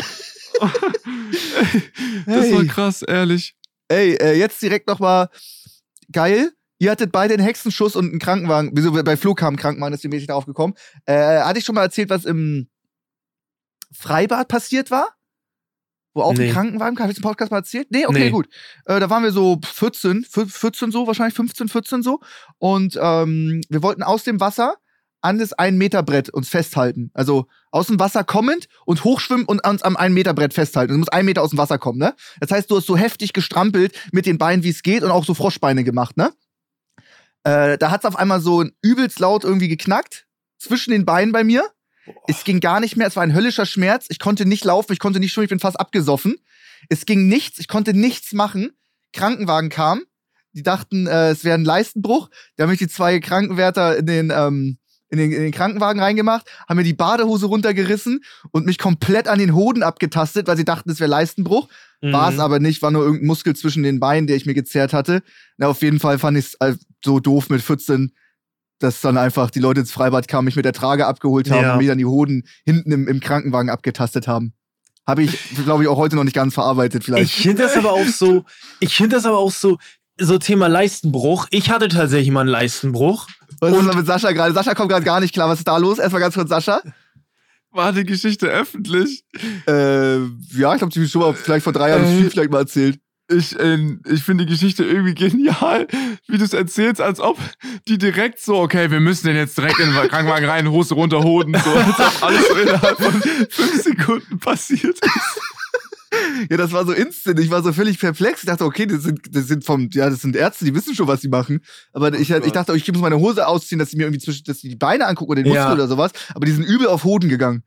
Das war Hey. krass, ehrlich. Ey, äh, jetzt direkt noch mal geil. Ihr hattet beide einen Hexenschuss und einen Krankenwagen. Wieso bei Flo kam ein Krankenwagen, ist die mäßig darauf gekommen. Äh, hatte ich schon mal erzählt, was im Freibad passiert war? Wo auch Nee. ein Krankenwagen kam? Hab ich im Podcast mal erzählt? Nee, okay, Nee. gut. Äh, da waren wir so vierzehn, vierzehn so, wahrscheinlich fünfzehn, vierzehn so. Und ähm, wir wollten aus dem Wasser an das ein Meter Brett uns festhalten. Also aus dem Wasser kommend und hochschwimmen und uns am ein Meter Brett festhalten. Du musst ein Meter aus dem Wasser kommen, ne? Das heißt, du hast so heftig gestrampelt mit den Beinen, wie es geht und auch so Froschbeine gemacht, ne? Äh, da hat's auf einmal so ein übelst laut irgendwie geknackt zwischen den Beinen bei mir. Es ging gar nicht mehr, es war ein höllischer Schmerz. Ich konnte nicht laufen, ich konnte nicht schwimmen, ich bin fast abgesoffen. Es ging nichts, ich konnte nichts machen. Krankenwagen kam, die dachten, äh, es wäre ein Leistenbruch. Da haben mich die zwei Krankenwärter in den, ähm, in den, in den Krankenwagen reingemacht, haben mir die Badehose runtergerissen und mich komplett an den Hoden abgetastet, weil sie dachten, es wäre Leistenbruch. Mhm. War es aber nicht, war nur irgendein Muskel zwischen den Beinen, der ich mir gezerrt hatte. Na, auf jeden Fall fand ich es so doof mit vierzehn, dass dann einfach die Leute ins Freibad kamen, mich mit der Trage abgeholt haben ja. und mir dann die Hoden hinten im, im Krankenwagen abgetastet haben. Habe ich, glaube ich, auch heute noch nicht ganz verarbeitet vielleicht. Ich finde das aber auch so, ich finde das aber auch so, so Thema Leistenbruch. Ich hatte tatsächlich mal einen Leistenbruch. Was ist denn mit Sascha gerade? Sascha kommt gerade gar nicht klar. Was ist da los? Erstmal ganz kurz, Sascha. War die Geschichte öffentlich? Äh, ja, ich glaube, die schon mal vielleicht vor drei Jahren äh, viel vielleicht mal erzählt. Ich, äh, ich finde die Geschichte irgendwie genial, wie du es erzählst, als ob die direkt so, okay, wir müssen den jetzt direkt in den Krankenwagen rein, Hose runter, Hoden, so, als ob alles so innerhalb von fünf Sekunden passiert ist. Ja, das war so instant. Ich war so völlig perplex. Ich dachte, okay, das sind, das sind vom, ja, das sind Ärzte, die wissen schon, was sie machen. Aber ich, ich dachte, ich muss meine Hose ausziehen, dass sie mir irgendwie zwischen, dass sie die Beine angucken oder den Muskel ja. oder sowas. Aber die sind übel auf Hoden gegangen.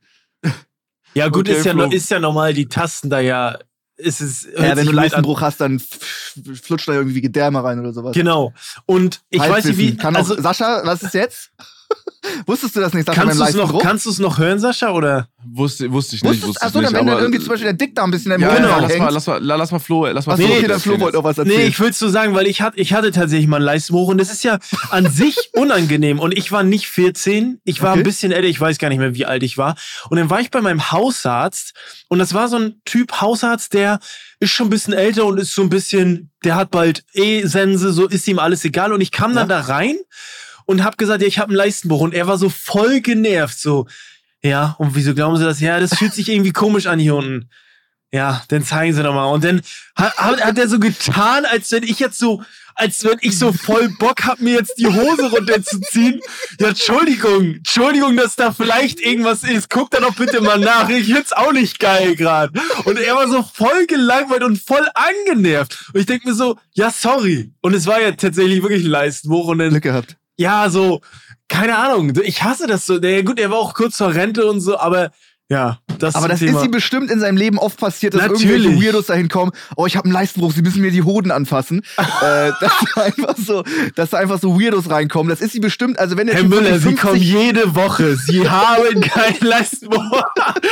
Ja, gut, okay, ist, ja no, ist ja normal, die tasten da ja. Ist es, ja, wenn du Leistenbruch hast, dann flutscht da irgendwie Gedärme rein oder sowas. Genau. Und ich weiß nicht, wie. Kann also, auch, Sascha, was ist jetzt? Wusstest du das nicht, Sascha, kannst beim Leistenbruch? Noch, kannst du es noch hören, Sascha, oder? Wusste, wusste ich nicht. Wusste Achso, dann wenn dann irgendwie zum Beispiel der Dickdarm ein bisschen im ja, Mund genau. hängt. Lass mal, lass mal, lass mal Flo, lass mal Achso, Flo. Okay, der Flo wollte auch was erzählen. Nee, ich will es so sagen, weil ich hatte, ich hatte tatsächlich mal einen Leistenbruch und das ist ja an sich unangenehm. Und ich war nicht vierzehn, ich war okay. ein bisschen älter, ich weiß gar nicht mehr, wie alt ich war. Und dann war ich bei meinem Hausarzt und das war so ein Typ Hausarzt, der ist schon ein bisschen älter und ist so ein bisschen, der hat bald E-Sense, so ist ihm alles egal. Und ich kam dann ja. da rein und hab gesagt, ja, ich habe einen Leistenbruch. Und er war so voll genervt, so, ja, und wieso glauben Sie das? Ja, das fühlt sich irgendwie komisch an hier unten. Ja, dann zeigen Sie doch mal. Und dann hat, hat er so getan, als wenn ich jetzt so, als wenn ich so voll Bock hab, mir jetzt die Hose runterzuziehen. Ja, Entschuldigung, Entschuldigung, dass da vielleicht irgendwas ist. Guck da doch bitte mal nach. Ich find's auch nicht geil gerade. Und er war so voll gelangweilt und voll angenervt. Und ich denk mir so, ja, sorry. Und es war ja tatsächlich wirklich ein Leistenbruch. Und dann, Glück gehabt. Ja, so, keine Ahnung. Ich hasse das so. Ja, gut, er war auch kurz vor Rente und so, aber ja, das Aber das Thema. ist ihm bestimmt in seinem Leben oft passiert, dass Natürlich. irgendwelche Weirdos dahin kommen. Oh, ich habe einen Leistenbruch, sie müssen mir die Hoden anfassen. äh, dass da einfach so, dass da einfach so Weirdos reinkommen. Das ist ihm bestimmt, also wenn der Herr Typ Müller, fünfzig Sie kommen jede Woche. Sie haben keinen Leistenbruch.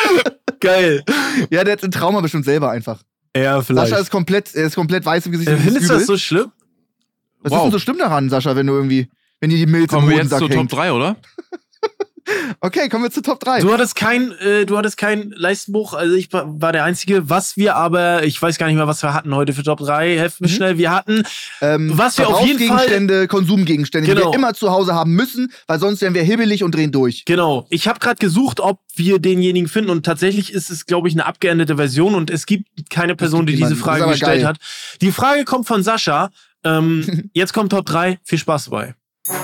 Geil. Ja, der hat ein Trauma bestimmt selber einfach. Ja, vielleicht. Sascha ist komplett, er ist komplett weiß im Gesicht. Äh, findest du das so schlimm? Was wow. ist denn so schlimm daran, Sascha, wenn du irgendwie, wenn dir die Milz Kommen im wir jetzt Hodensack zur hängt? Top drei, oder? Okay, kommen wir zu Top drei. Du hattest kein, äh, du hattest kein Leistenbruch, also ich war, war der Einzige. Was wir aber, ich weiß gar nicht mehr, was wir hatten heute für Top drei, helft mir mhm. schnell. Wir hatten, ähm, was wir auf jeden Fall... Verbrauchsgegenstände, Konsumgegenstände, genau. die wir immer zu Hause haben müssen, weil sonst wären wir hibbelig und drehen durch. Genau. Ich habe gerade gesucht, ob wir denjenigen finden und tatsächlich ist es, glaube ich, eine abgeänderte Version und es gibt keine Person, die diese Frage gestellt hat. Die Frage kommt von Sascha. Ähm, jetzt kommt Top drei. Viel Spaß dabei.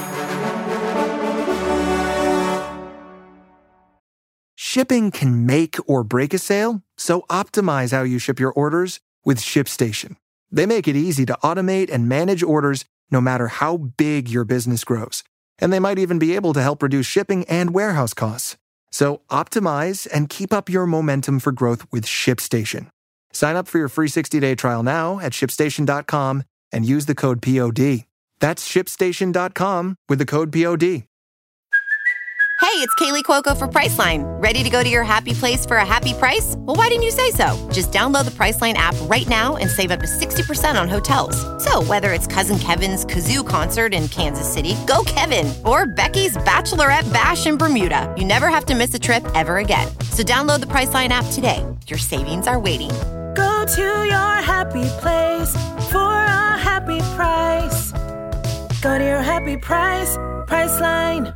Shipping can make or break a sale, so optimize how you ship your orders with ShipStation. They make it easy to automate and manage orders no matter how big your business grows. And they might even be able to help reduce shipping and warehouse costs. So optimize and keep up your momentum for growth with ShipStation. Sign up for your free sixty-day trial now at ship station dot com and use the code P O D. That's ship station dot com with the code P O D. Hey, it's Kaylee Cuoco for Priceline. Ready to go to your happy place for a happy price? Well, why didn't you say so? Just download the Priceline app right now and save up to sixty percent on hotels. So whether it's Cousin Kevin's Kazoo Concert in Kansas City, go Kevin, or Becky's Bachelorette Bash in Bermuda, you never have to miss a trip ever again. So download the Priceline app today. Your savings are waiting. Go to your happy place for a happy price. Go to your happy price, Priceline.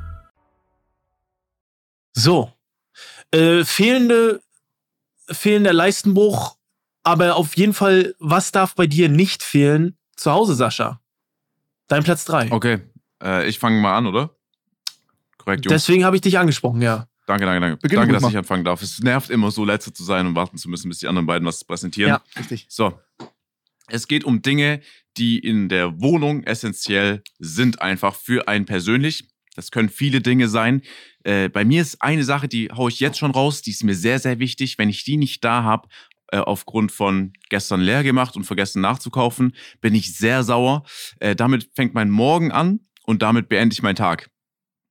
So, äh, fehlende, fehlender Leistenbruch, aber auf jeden Fall, was darf bei dir nicht fehlen? Zu Hause, Sascha. Dein Platz drei. Okay, äh, ich fange mal an, oder? Korrekt, Jungs. Deswegen habe ich dich angesprochen, ja. Danke, danke, danke. Beginn danke, dass mal. ich anfangen darf. Es nervt immer so, Letzter zu sein und warten zu müssen, bis die anderen beiden was präsentieren. Ja, richtig. So, es geht um Dinge, die in der Wohnung essentiell sind, einfach für einen persönlich. Das können viele Dinge sein. Äh, bei mir ist eine Sache, die haue ich jetzt schon raus, die ist mir sehr, sehr wichtig. Wenn ich die nicht da habe, äh, aufgrund von gestern leer gemacht und vergessen nachzukaufen, bin ich sehr sauer. Äh, damit fängt mein Morgen an und damit beende ich meinen Tag.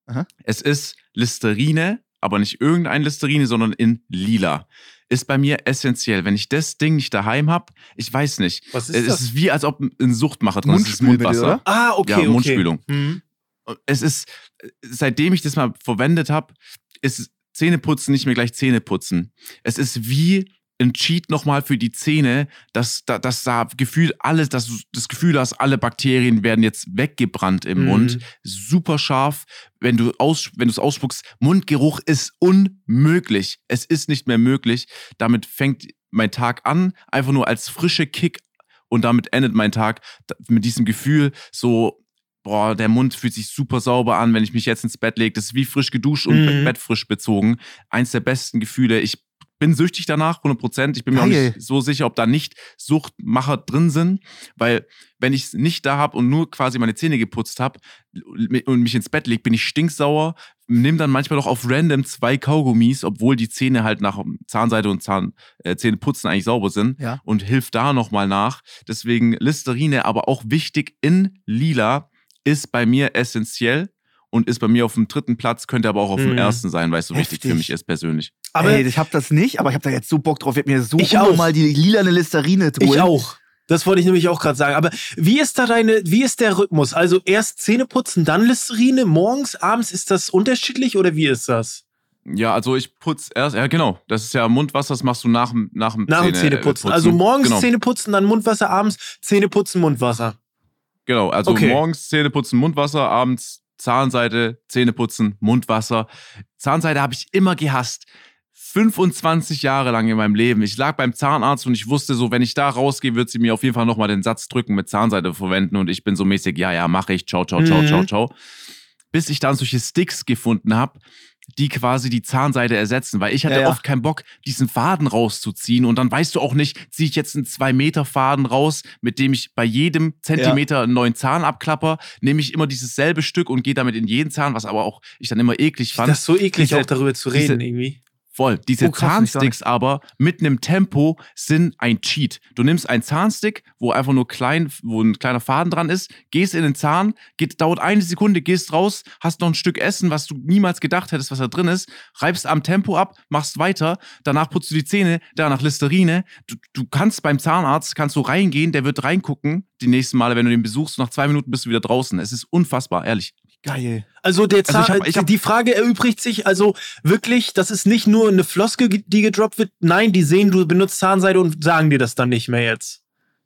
Aha. Es ist Listerine, aber nicht irgendein Listerine, sondern in lila. Ist bei mir essentiell. Wenn ich das Ding nicht daheim habe, ich weiß nicht. Was ist es das? ist wie, als ob ein Suchtmacher drin ist. Das ist Mundspülmittel, Mundwasser. oder? Ah, okay, Ja, okay. Mundspülung. Mhm. Es ist, seitdem ich das mal verwendet habe, ist Zähneputzen nicht mehr gleich Zähneputzen. Es ist wie ein Cheat nochmal für die Zähne, dass, dass, dass da Gefühl, alles, dass du das Gefühl hast, alle Bakterien werden jetzt weggebrannt im Mhm. Mund. Super scharf. Wenn du aus, wenn du es ausspuckst, Mundgeruch ist unmöglich. Es ist nicht mehr möglich. Damit fängt mein Tag an, einfach nur als frische Kick und damit endet mein Tag mit diesem Gefühl, so, boah, der Mund fühlt sich super sauber an, wenn ich mich jetzt ins Bett lege. Das ist wie frisch geduscht und Mhm. bettfrisch bezogen. Eins der besten Gefühle. Ich bin süchtig danach, hundert Prozent. Ich bin mir auch Geil. nicht so sicher, ob da nicht Suchtmacher drin sind, weil wenn ich es nicht da habe und nur quasi meine Zähne geputzt habe und mich ins Bett lege, bin ich stinksauer, nehme dann manchmal doch auf random zwei Kaugummis, obwohl die Zähne halt nach Zahnseide und Zahn, äh, Zähneputzen eigentlich sauber sind Ja. und hilft da nochmal nach. Deswegen Listerine, aber auch wichtig in lila, ist bei mir essentiell und ist bei mir auf dem dritten Platz, könnte aber auch auf dem Mhm. ersten sein, weil es so wichtig Heftig. für mich ist persönlich. Aber Ey, ich hab das nicht, aber ich hab da jetzt so Bock drauf. Ich werd mir so Ich auch. mal die lilane Listerine holen. ich auch. Das wollte ich nämlich auch gerade sagen. Aber wie ist da deine, wie ist der Rhythmus? Also erst Zähne putzen, dann Listerine, morgens, abends, ist das unterschiedlich oder wie ist das? Ja, also ich putze erst, ja genau, das ist ja Mundwasser, das machst du nach, dem- nach dem Nach dem Zähne- Zähneputzen. äh, Also morgens genau. Zähne putzen, dann Mundwasser, abends Zähne putzen, Mundwasser. Genau, also Okay. morgens Zähne putzen, Mundwasser, abends Zahnseide, Zähne putzen, Mundwasser. Zahnseide habe ich immer gehasst. fünfundzwanzig Jahre lang in meinem Leben. Ich lag beim Zahnarzt und ich wusste so, wenn ich da rausgehe, wird sie mir auf jeden Fall nochmal den Satz drücken mit Zahnseide verwenden und ich bin so mäßig, ja, ja, mache ich, ciao, ciao, ciao, Mhm. ciao, ciao. Bis ich dann solche Sticks gefunden habe, die quasi die Zahnseide ersetzen, weil ich hatte Ja, ja. oft keinen Bock, diesen Faden rauszuziehen und dann weißt du auch nicht, ziehe ich jetzt einen zwei Meter Faden raus, mit dem ich bei jedem Zentimeter einen neuen Zahn abklapper, nehme ich immer dieses selbe Stück und gehe damit in jeden Zahn, was aber auch ich dann immer eklig fand. Das ist so eklig, Ich auch- halt darüber zu reden diese- irgendwie. Voll. Diese Oh, krass, nicht gar Zahnsticks aber mit einem Tempo sind ein Cheat. Du nimmst einen Zahnstick, wo einfach nur klein, wo ein kleiner Faden dran ist, gehst in den Zahn, geht, dauert eine Sekunde, gehst raus, hast noch ein Stück Essen, was du niemals gedacht hättest, was da drin ist, reibst am Tempo ab, machst weiter, danach putzt du die Zähne, danach Listerine. Du, du kannst beim Zahnarzt, kannst du reingehen, der wird reingucken, die nächsten Male, wenn du den besuchst, nach zwei Minuten bist du wieder draußen. Es ist unfassbar, ehrlich. Geil. Also der Also Zahn, ich hab- ich hab- die Frage erübrigt sich also wirklich, das ist nicht nur eine Floskel, die gedroppt wird. Nein, die sehen, du benutzt Zahnseide und sagen dir das dann nicht mehr jetzt.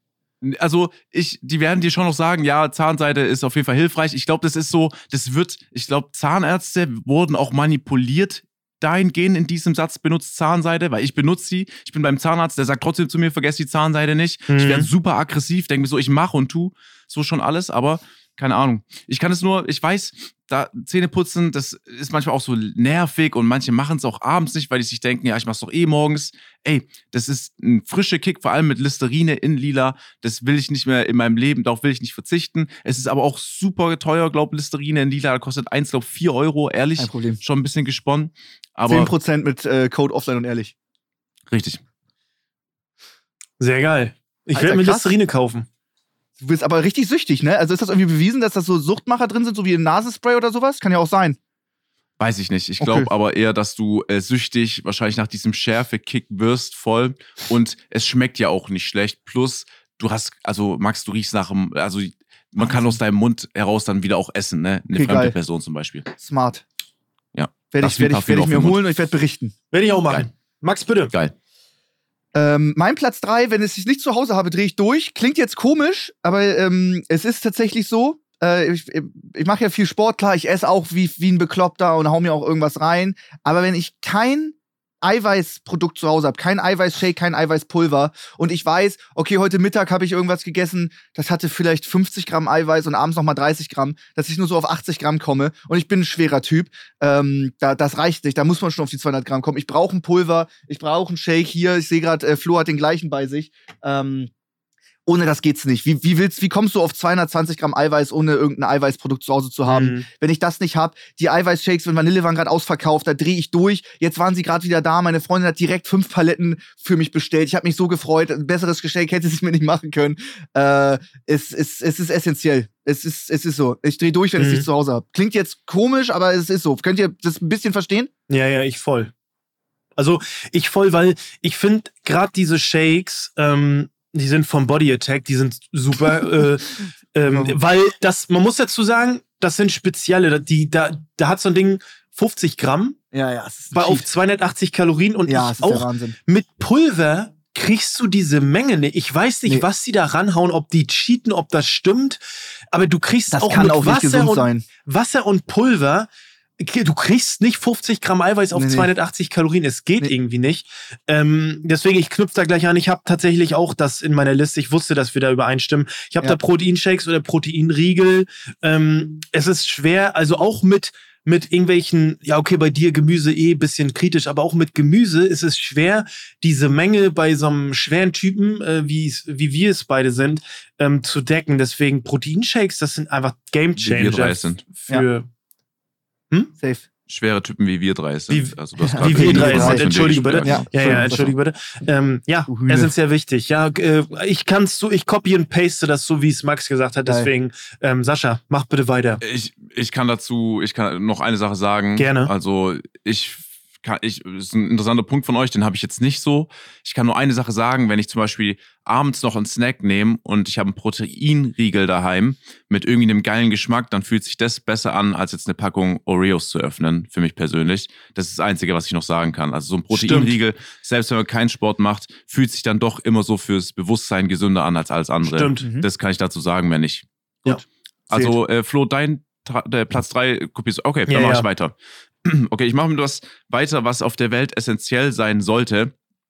Also, ich, die werden dir schon noch sagen, ja, Zahnseide ist auf jeden Fall hilfreich. Ich glaube, das ist so, das wird, ich glaube, Zahnärzte wurden auch manipuliert dahingehend in diesem Satz, benutzt Zahnseide, weil ich benutze sie. Ich bin beim Zahnarzt, der sagt trotzdem zu mir, vergesst die Zahnseide nicht. Mhm. Ich werde super aggressiv, denke mir so, ich mache und tu so schon alles, aber keine Ahnung. Ich kann es nur, ich weiß, da Zähne putzen, das ist manchmal auch so nervig und manche machen es auch abends nicht, weil die sich denken, ja, ich mach's doch eh morgens. Ey, das ist ein frischer Kick, vor allem mit Listerine in lila. Das will ich nicht mehr in meinem Leben, darauf will ich nicht verzichten. Es ist aber auch super teuer, glaub Listerine in lila, da kostet eins, glaub vier Euro, ehrlich. Kein Problem. Schon ein bisschen gesponnen. Aber zehn Prozent mit äh, Code offline und ehrlich. richtig. Sehr geil. Ich Alter, werde mir krass. Listerine kaufen. Du bist aber richtig süchtig, ne? Also ist das irgendwie bewiesen, dass das so Suchtmacher drin sind, so wie ein Nasenspray oder sowas? Kann ja auch sein. Weiß ich nicht. Ich Okay. glaube aber eher, dass du äh, süchtig wahrscheinlich nach diesem Schärfe-Kick wirst voll. Und es schmeckt ja auch nicht schlecht. Plus, du hast, also Max, du riechst nach dem, also man kann aus deinem Mund heraus dann wieder auch essen, ne? Eine Okay, fremde geil. Person zum Beispiel. Smart. Ja. Werde Das ich, wie werd ich, Parfüm werd ich auf mir den Mund. holen und ich werde berichten. Werde ich auch machen. Geil. Max, bitte. Geil. Ähm, mein Platz drei, wenn ich es nicht zu Hause habe, drehe ich durch. Klingt jetzt komisch, aber ähm, es ist tatsächlich so. Äh, ich ich mache ja viel Sport, klar, ich esse auch wie, wie ein Bekloppter und hau mir auch irgendwas rein. Aber wenn ich kein Eiweißprodukt zu Hause habe, kein Eiweißshake, kein Eiweißpulver und ich weiß, okay, heute Mittag habe ich irgendwas gegessen, das hatte vielleicht fünfzig Gramm Eiweiß und abends nochmal dreißig Gramm, dass ich nur so auf achtzig Gramm komme und ich bin ein schwerer Typ, ähm, da, das reicht nicht, da muss man schon auf die zweihundert Gramm kommen. Ich brauche ein Pulver, ich brauche einen Shake hier, ich sehe gerade, äh, Flo hat den gleichen bei sich, ähm, ohne das geht's nicht. Wie, wie willst, wie kommst du auf zweihundertzwanzig Gramm Eiweiß, ohne irgendein Eiweißprodukt zu Hause zu haben? Mhm. Wenn ich das nicht hab, die Eiweißshakes, wenn Vanille waren gerade ausverkauft, da drehe ich durch. Jetzt waren sie gerade wieder da. Meine Freundin hat direkt fünf Paletten für mich bestellt. Ich habe mich so gefreut. Ein besseres Geschenk hätte sie mir nicht machen können. Äh, es, es, es ist essentiell. Es ist, es ist so. Ich drehe durch, wenn Mhm. ich es nicht zu Hause habe. Klingt jetzt komisch, aber es ist so. Könnt ihr das ein bisschen verstehen? Ja, ja, ich voll. Also ich voll, weil ich finde gerade diese Shakes, ähm, die sind vom Body Attack, die sind super, äh, ähm, weil das, man muss dazu sagen, das sind spezielle, die, da, da hat so ein Ding fünfzig Gramm Ja, ja. Es ist ein bei auf Cheat. zweihundertachtzig Kalorien und Ja, es ich ist der auch Wahnsinn. mit Pulver kriegst du diese Menge nicht. Ich weiß nicht, Nee. was die da ranhauen, ob die cheaten, ob das stimmt, aber du kriegst Das auch kann mit auch nicht Wasser gesund und sein. Wasser und Pulver. Du kriegst nicht fünfzig Gramm Eiweiß auf Nee, nee. zweihundertachtzig Kalorien. Es geht Nee. irgendwie nicht. Ähm, deswegen, ich knüpfe da gleich an. Ich habe tatsächlich auch das in meiner Liste. Ich wusste, dass wir da übereinstimmen. Ich habe Ja. da Proteinshakes oder Proteinriegel. Ähm, es ist schwer, also auch mit mit irgendwelchen, ja okay, bei dir Gemüse eh bisschen kritisch, aber auch mit Gemüse ist es schwer, diese Menge bei so einem schweren Typen, äh, wie wie wir es beide sind, ähm, zu decken. Deswegen Proteinshakes, das sind einfach Game Wie wir drei Changer sind. für Safe. Schwere Typen wie wir drei sind. Wie- also, du hast Ja, gerade Wie wir irgendwie drei was sind, mit dir entschuldige bitte. gespielt. Ja, ja, entschuldige bitte. Ähm, ja, Du Hühner. essentiell wichtig. Ja, äh, ich kann's so, ich copy und paste das so, wie es Max gesagt hat. Geil. Deswegen, ähm, Sascha, mach bitte weiter. Ich, ich kann dazu, ich kann noch eine Sache sagen. Gerne. Also ich kann, ich, das ist ein interessanter Punkt von euch, den habe ich jetzt nicht so. Ich kann nur eine Sache sagen, wenn ich zum Beispiel abends noch einen Snack nehme und ich habe einen Proteinriegel daheim mit irgendwie einem geilen Geschmack, dann fühlt sich das besser an, als jetzt eine Packung Oreos zu öffnen, für mich persönlich. Das ist das Einzige, was ich noch sagen kann. Also so ein Proteinriegel, selbst wenn man keinen Sport macht, fühlt sich dann doch immer so fürs Bewusstsein gesünder an als alles andere. Stimmt. Mhm. Das kann ich dazu sagen, wenn nicht. Ja. Also äh, Flo, dein Tra- der Platz drei kopierst du. Okay, dann Ja, mach ja. ich weiter. Okay, ich mache mit was weiter, was auf der Welt essentiell sein sollte.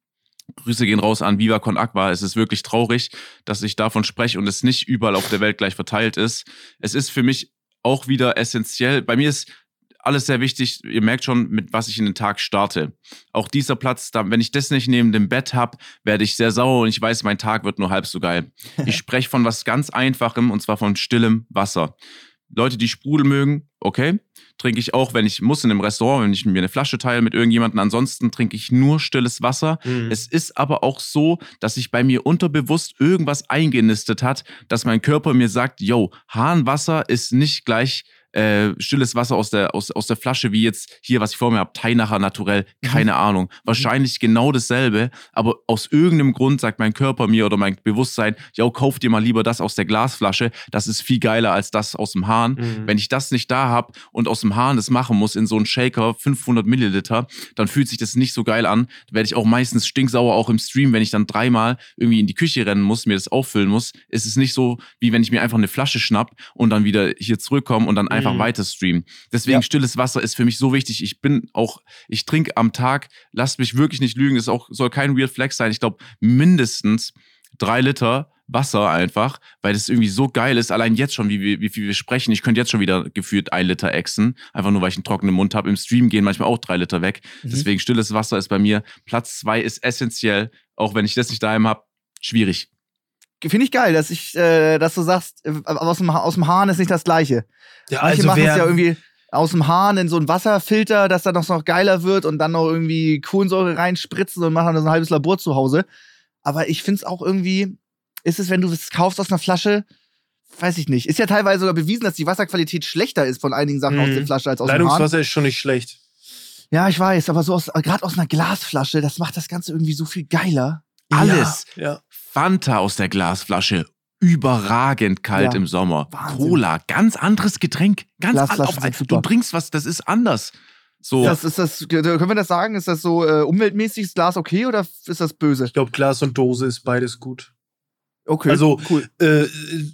Grüße gehen raus an Viva Con Aqua. Es ist wirklich traurig, dass ich davon spreche und es nicht überall auf der Welt gleich verteilt ist. Es ist für mich auch wieder essentiell. Bei mir ist alles sehr wichtig. Ihr merkt schon, mit was ich in den Tag starte. Auch dieser Platz, da, wenn ich das nicht neben dem Bett habe, werde ich sehr sauer und ich weiß, mein Tag wird nur halb so geil. Ich spreche von was ganz Einfachem und zwar von stillem Wasser. Leute, die Sprudel mögen, okay, trinke ich auch, wenn ich muss in einem Restaurant, wenn ich mir eine Flasche teile mit irgendjemandem. Ansonsten trinke ich nur stilles Wasser. Mhm. Es ist aber auch so, dass sich bei mir unterbewusst irgendwas eingenistet hat, dass mein Körper mir sagt, yo, Hahnwasser ist nicht gleich äh, stilles Wasser aus der, aus, aus der Flasche, wie jetzt hier, was ich vor mir habe, Teinacher Naturell, keine Mhm. Ahnung. Wahrscheinlich genau dasselbe, aber aus irgendeinem Grund sagt mein Körper mir oder mein Bewusstsein, yo, kauf dir mal lieber das aus der Glasflasche, das ist viel geiler als das aus dem Hahn. Mhm. Wenn ich das nicht da habe und aus dem Hahn das machen muss in so einen Shaker, fünfhundert Milliliter, dann fühlt sich das nicht so geil an. Da werde ich auch meistens stinksauer, auch im Stream, wenn ich dann dreimal irgendwie in die Küche rennen muss, mir das auffüllen muss, ist es nicht so, wie wenn ich mir einfach eine Flasche schnapp und dann wieder hier zurückkomme und dann einfach Mhm. weiter streamen. Deswegen Ja. stilles Wasser ist für mich so wichtig. Ich bin auch, ich trinke am Tag, lasst mich wirklich nicht lügen, das ist auch, soll kein Weird Flex sein. Ich glaube, mindestens drei Liter Wasser einfach, weil das irgendwie so geil ist. Allein jetzt schon, wie, wie, wie viel wir sprechen. Ich könnte jetzt schon wieder gefühlt ein Liter exen. Einfach nur, weil ich einen trockenen Mund habe. Im Stream gehen manchmal auch drei Liter weg. Mhm. Deswegen stilles Wasser ist bei mir. Platz zwei ist essentiell. Auch wenn ich das nicht daheim habe, schwierig. Finde ich geil, dass ich, äh, dass du sagst, äh, aber aus dem, Ha- aus dem Hahn ist nicht das Gleiche. Ja, Manche also machen es wer, ja irgendwie aus dem Hahn in so einen Wasserfilter, dass da noch, noch geiler wird und dann noch irgendwie Kohlensäure reinspritzen und machen dann so ein halbes Labor zu Hause. Aber ich finde es auch irgendwie, ist es, wenn du es kaufst aus einer Flasche, weiß ich nicht. Ist ja teilweise sogar bewiesen, dass die Wasserqualität schlechter ist von einigen Sachen Mhm. aus der Flasche als aus dem Hahn. Leitungswasser ist schon nicht schlecht. Ja, ich weiß, aber so aus, gerade aus einer Glasflasche, das macht das Ganze irgendwie so viel geiler. Alles. Ja. ja. Fanta aus der Glasflasche. Überragend kalt Ja. im Sommer. Wahnsinn. Cola, ganz anderes Getränk. Ganz an, Glasflaschen auf, sind super. du trinkst was, das ist anders. So. Das, ist das, können wir das sagen? Ist das so äh, umweltmäßig, ist Glas okay oder ist das böse? Ich glaube, Glas und Dose ist beides gut. Okay, Also, cool. äh,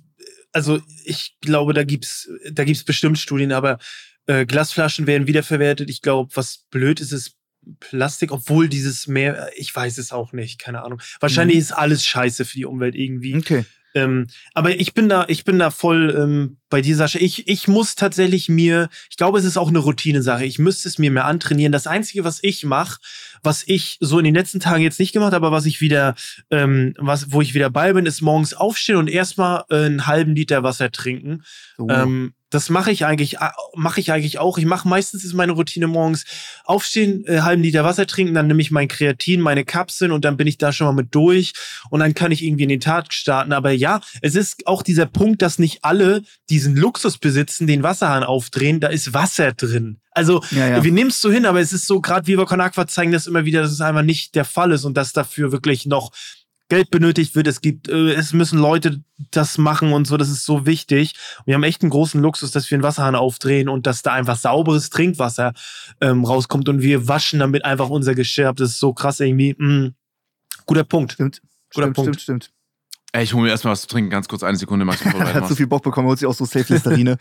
also ich glaube, da gibt's, da gibt's bestimmt Studien, aber äh, Glasflaschen werden wiederverwertet. Ich glaube, was blöd ist, ist Plastik, obwohl dieses Meer, ich weiß es auch nicht, keine Ahnung. Wahrscheinlich Mhm. ist alles scheiße für die Umwelt irgendwie. Okay. Ähm, aber ich bin da, ich bin da voll ähm, bei dir, Sascha. Ich, ich muss tatsächlich mir, ich glaube, es ist auch eine Routine-Sache. Ich müsste es mir mehr antrainieren. Das Einzige, was ich mache, was ich so in den letzten Tagen jetzt nicht gemacht habe, aber was ich wieder, ähm, was, wo ich wieder bei bin, ist morgens aufstehen und erstmal äh, einen halben Liter Wasser trinken. So. Ähm, Das mache ich eigentlich, mache ich eigentlich auch. Ich mache meistens ist meine Routine morgens aufstehen, äh, halben Liter Wasser trinken, dann nehme ich mein Kreatin, meine Kapseln und dann bin ich da schon mal mit durch und dann kann ich irgendwie in den Tag starten. Aber ja, es ist auch dieser Punkt, dass nicht alle diesen Luxus besitzen, den Wasserhahn aufdrehen, da ist Wasser drin. Also Ja, ja. wir nehmen es so hin, aber es ist so, gerade Viva Con Aqua zeigen das immer wieder, dass es einfach nicht der Fall ist und dass dafür wirklich noch Geld benötigt wird, es gibt, äh, es müssen Leute das machen und so, das ist so wichtig. Wir haben echt einen großen Luxus, dass wir einen Wasserhahn aufdrehen und dass da einfach sauberes Trinkwasser ähm, rauskommt und wir waschen damit einfach unser Geschirr. Das ist so krass irgendwie. Mh, guter Punkt. Stimmt. Guter stimmt, Punkt. stimmt, stimmt. Ey, ich hole mir erstmal was zu trinken, ganz kurz, eine Sekunde, Max, bevor du Er hat so weitermachst. viel Bock bekommen, holt sich auch so safe Listerine.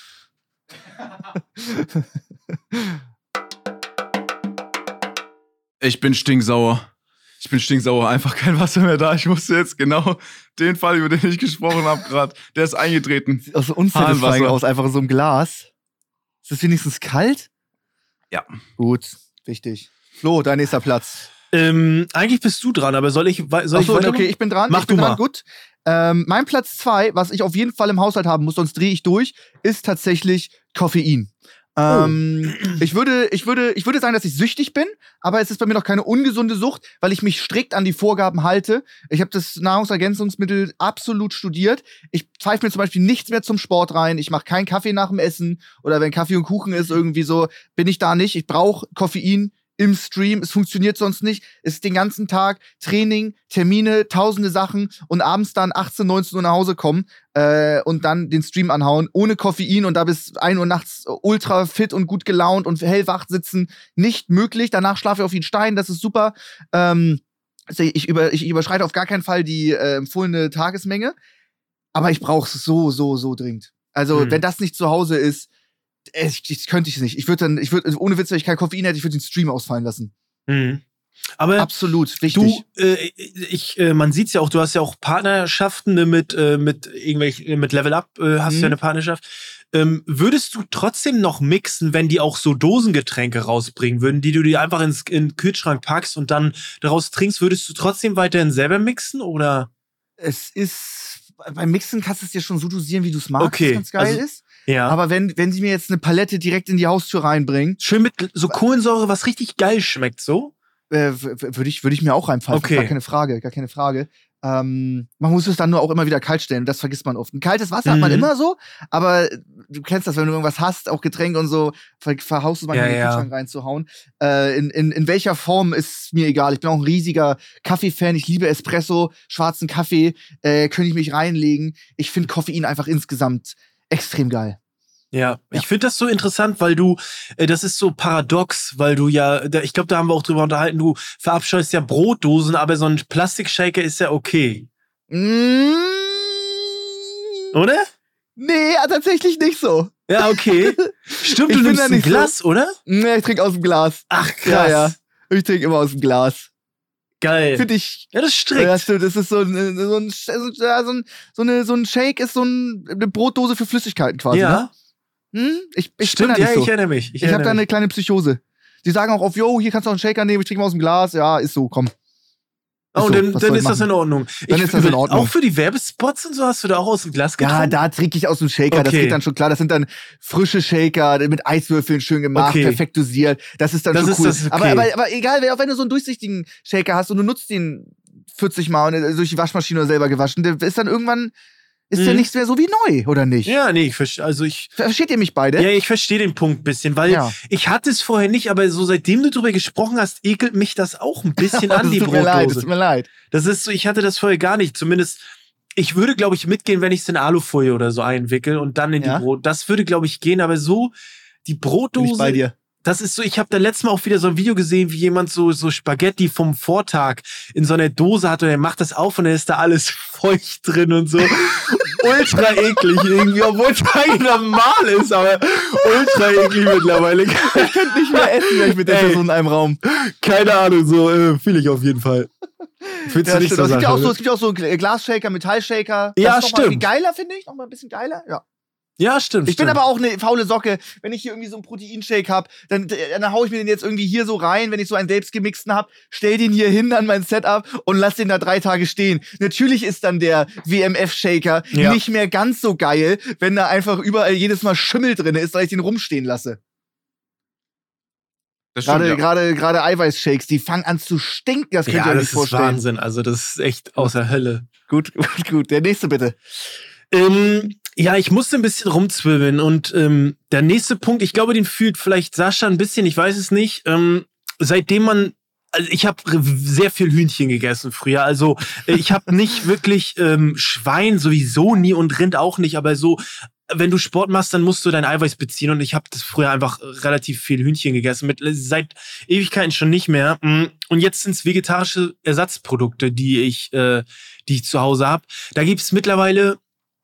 Ich bin stinksauer. Ich bin stinksauer, einfach kein Wasser mehr da. Ich musste jetzt genau den Fall, über den ich gesprochen habe gerade, der ist eingetreten. Sieht auch so unsatisfying Hahnwasser. aus, einfach in so einem Glas. Ist das wenigstens kalt? Ja. Gut, wichtig. Flo, dein nächster Platz. Ähm, eigentlich bist du dran, aber soll ich, soll ich Achso, weiter? okay, ich bin dran. Mach ich bin du dran, mal. gut. Ähm, mein Platz zwei, was ich auf jeden Fall im Haushalt haben muss, sonst drehe ich durch, ist tatsächlich Koffein. Ähm, Oh. ich würde, ich würde, ich würde sagen, dass ich süchtig bin, aber es ist bei mir noch keine ungesunde Sucht, weil ich mich strikt an die Vorgaben halte. Ich habe das Nahrungsergänzungsmittel absolut studiert. Ich pfeife mir zum Beispiel nichts mehr zum Sport rein. Ich mache keinen Kaffee nach dem Essen oder wenn Kaffee und Kuchen ist, irgendwie so, bin ich da nicht. Ich brauche Koffein im Stream. Es funktioniert sonst nicht. Es ist den ganzen Tag Training, Termine, tausende Sachen und abends dann achtzehn, neunzehn Uhr nach Hause kommen äh, und dann den Stream anhauen, ohne Koffein und da bis ein Uhr nachts ultra fit und gut gelaunt und hellwach sitzen. Nicht möglich. Danach schlafe ich auf den Stein. Das ist super. Ähm, also ich, über, ich überschreite auf gar keinen Fall die äh, empfohlene Tagesmenge. Aber ich brauche es so, so, so dringend. Also, Mhm. wenn das nicht zu Hause ist, ich, ich könnte ich nicht. Ich würde dann, ich würde, ohne Witz, wenn ich kein Koffein hätte, ich würde den Stream ausfallen lassen. Mhm. Aber Absolut wichtig. du, äh, ich, äh, man sieht's ja auch, du hast ja auch Partnerschaften ne, mit, äh, mit irgendwelchen, mit Level Up, äh, hast Mhm. du ja eine Partnerschaft. Ähm, würdest du trotzdem noch mixen, wenn die auch so Dosengetränke rausbringen würden, die du dir einfach ins, in den Kühlschrank packst und dann daraus trinkst, würdest du trotzdem weiterhin selber mixen oder? Es ist, beim Mixen kannst du es dir schon so dosieren, wie du es magst, Okay, was ganz geil also- ist. Ja. Aber wenn, wenn sie mir jetzt eine Palette direkt in die Haustür reinbringen, Schön mit so Kohlensäure, was richtig geil schmeckt, so? äh, w- w- würde ich, würde ich mir auch reinfallen. Okay. Gar keine Frage, gar keine Frage. Ähm, man muss es dann nur auch immer wieder kalt stellen. Das vergisst man oft. Ein kaltes Wasser hat man Mhm. immer so, aber du kennst das, wenn du irgendwas hast, auch Getränke und so, ver verhaust du es manchmal Ja, in den ja. Kühlschrank reinzuhauen. Äh, in, in, in welcher Form ist mir egal. Ich bin auch ein riesiger Kaffee-Fan. Ich liebe Espresso, schwarzen Kaffee, äh, könnte ich mich reinlegen. Ich finde Koffein einfach insgesamt extrem geil. Ja, ich finde das so interessant, weil du, äh, das ist so paradox, weil du ja, da, ich glaube, da haben wir auch drüber unterhalten, du verabscheust ja Brotdosen, aber so ein Plastikshaker ist ja okay. Mm, Oder? nee, ja, tatsächlich nicht so. Ja, okay. Stimmt, Ich du bin nimmst da ein nicht so. Glas, oder? Nee, ich trinke aus dem Glas. Ach, krass. Ja, ja. Ich trinke immer aus dem Glas. Geil. Finde ich. Ja, das ist strikt. Ja, stimmt, das ist so ein, so ein, ja, so ein, so eine, so ein Shake ist so ein, eine Brotdose für Flüssigkeiten quasi. ja, Ne? Hm? Ich, ich stimmt, bin da ja, nicht so. ich erinnere mich. Ich, ich habe da eine kleine Psychose. Die sagen auch auf, yo, hier kannst du auch einen Shaker nehmen, ich trinke mal aus dem Glas. Ja, ist so, komm. Ist Oh, und so, dann, was dann soll ich ist das machen? in Ordnung. Dann ich, ist das in Ordnung. Auch für die Werbespots und so hast du da auch aus dem Glas getrunken? Ja, da trinke ich aus dem Shaker, das Okay. geht dann schon klar. Das sind dann frische Shaker mit Eiswürfeln schön gemacht, Okay. perfekt dosiert. Das ist dann Das schon ist- cool. das ist okay. aber, aber, aber egal, auch wenn du so einen durchsichtigen Shaker hast und du nutzt den vierzig Mal und äh, durch die Waschmaschine selber gewaschen, der ist dann irgendwann, ist der Mhm. nichts mehr so wie neu, oder nicht? Ja, nee, ich verstehe, also ich, Versteht ihr mich beide? ja, ich verstehe den Punkt ein bisschen, weil Ja. ich hatte es vorher nicht, aber so seitdem du drüber gesprochen hast, ekelt mich das auch ein bisschen an, Das die tut mir leid, das Brotdose. tut mir leid. Das ist so, ich hatte das vorher gar nicht. Zumindest, ich würde, glaube ich, mitgehen, wenn ich es in Alufolie oder so einwickel und dann in Ja. die Brot. Das würde, glaube ich, gehen, aber so, die Bin Brotdose. ich bei dir. Das ist so, ich habe da letztes Mal auch wieder so ein Video gesehen, wie jemand so, so Spaghetti vom Vortag in so einer Dose hat und er macht das auf und dann ist da alles feucht drin und so. Ultra eklig irgendwie, obwohl es eigentlich normal ist, aber ultra eklig mittlerweile. Ich könnte nicht mehr essen, wenn ich mit der Ey. Person in einem Raum. Keine Ahnung, so äh, fühle ich auf jeden Fall. Findest Ja, du nicht stimmt. so, es, gibt ja auch Sascha, so ne? es gibt ja auch so Gl- Glasshaker, Metallshaker. Ja, das ist noch mal stimmt. Viel geiler, finde ich. Noch mal ein bisschen geiler. Ja. Ja, stimmt. Ich stimmt. bin aber auch eine faule Socke. Wenn ich hier irgendwie so einen Proteinshake hab, dann, dann hau ich mir den jetzt irgendwie hier so rein, wenn ich so einen selbstgemixten hab, stell den hier hin an mein Setup und lass den da drei Tage stehen. Natürlich ist dann der W M F-Shaker Ja. nicht mehr ganz so geil, wenn da einfach überall jedes Mal Schimmel drin ist, weil ich den rumstehen lasse. Das stimmt, Gerade ja. gerade gerade Eiweißshakes, die fangen an zu stinken, das könnt ja, ihr euch das nicht ist vorstellen. Wahnsinn. Also das ist echt außer Hölle. Gut, gut, gut. Der nächste bitte. Ähm, ja, ich musste ein bisschen rumzwirbeln und ähm, der nächste Punkt, ich glaube, den fühlt vielleicht Sascha ein bisschen, ich weiß es nicht. Ähm, seitdem man, also ich habe sehr viel Hühnchen gegessen früher, also äh, ich habe nicht wirklich ähm, Schwein sowieso nie und Rind auch nicht, aber so, wenn du Sport machst, dann musst du dein Eiweiß beziehen und ich habe das früher einfach relativ viel Hühnchen gegessen, mit, seit Ewigkeiten schon nicht mehr. Und jetzt sind es vegetarische Ersatzprodukte, die ich, äh, die ich zu Hause habe. Da gibt's mittlerweile.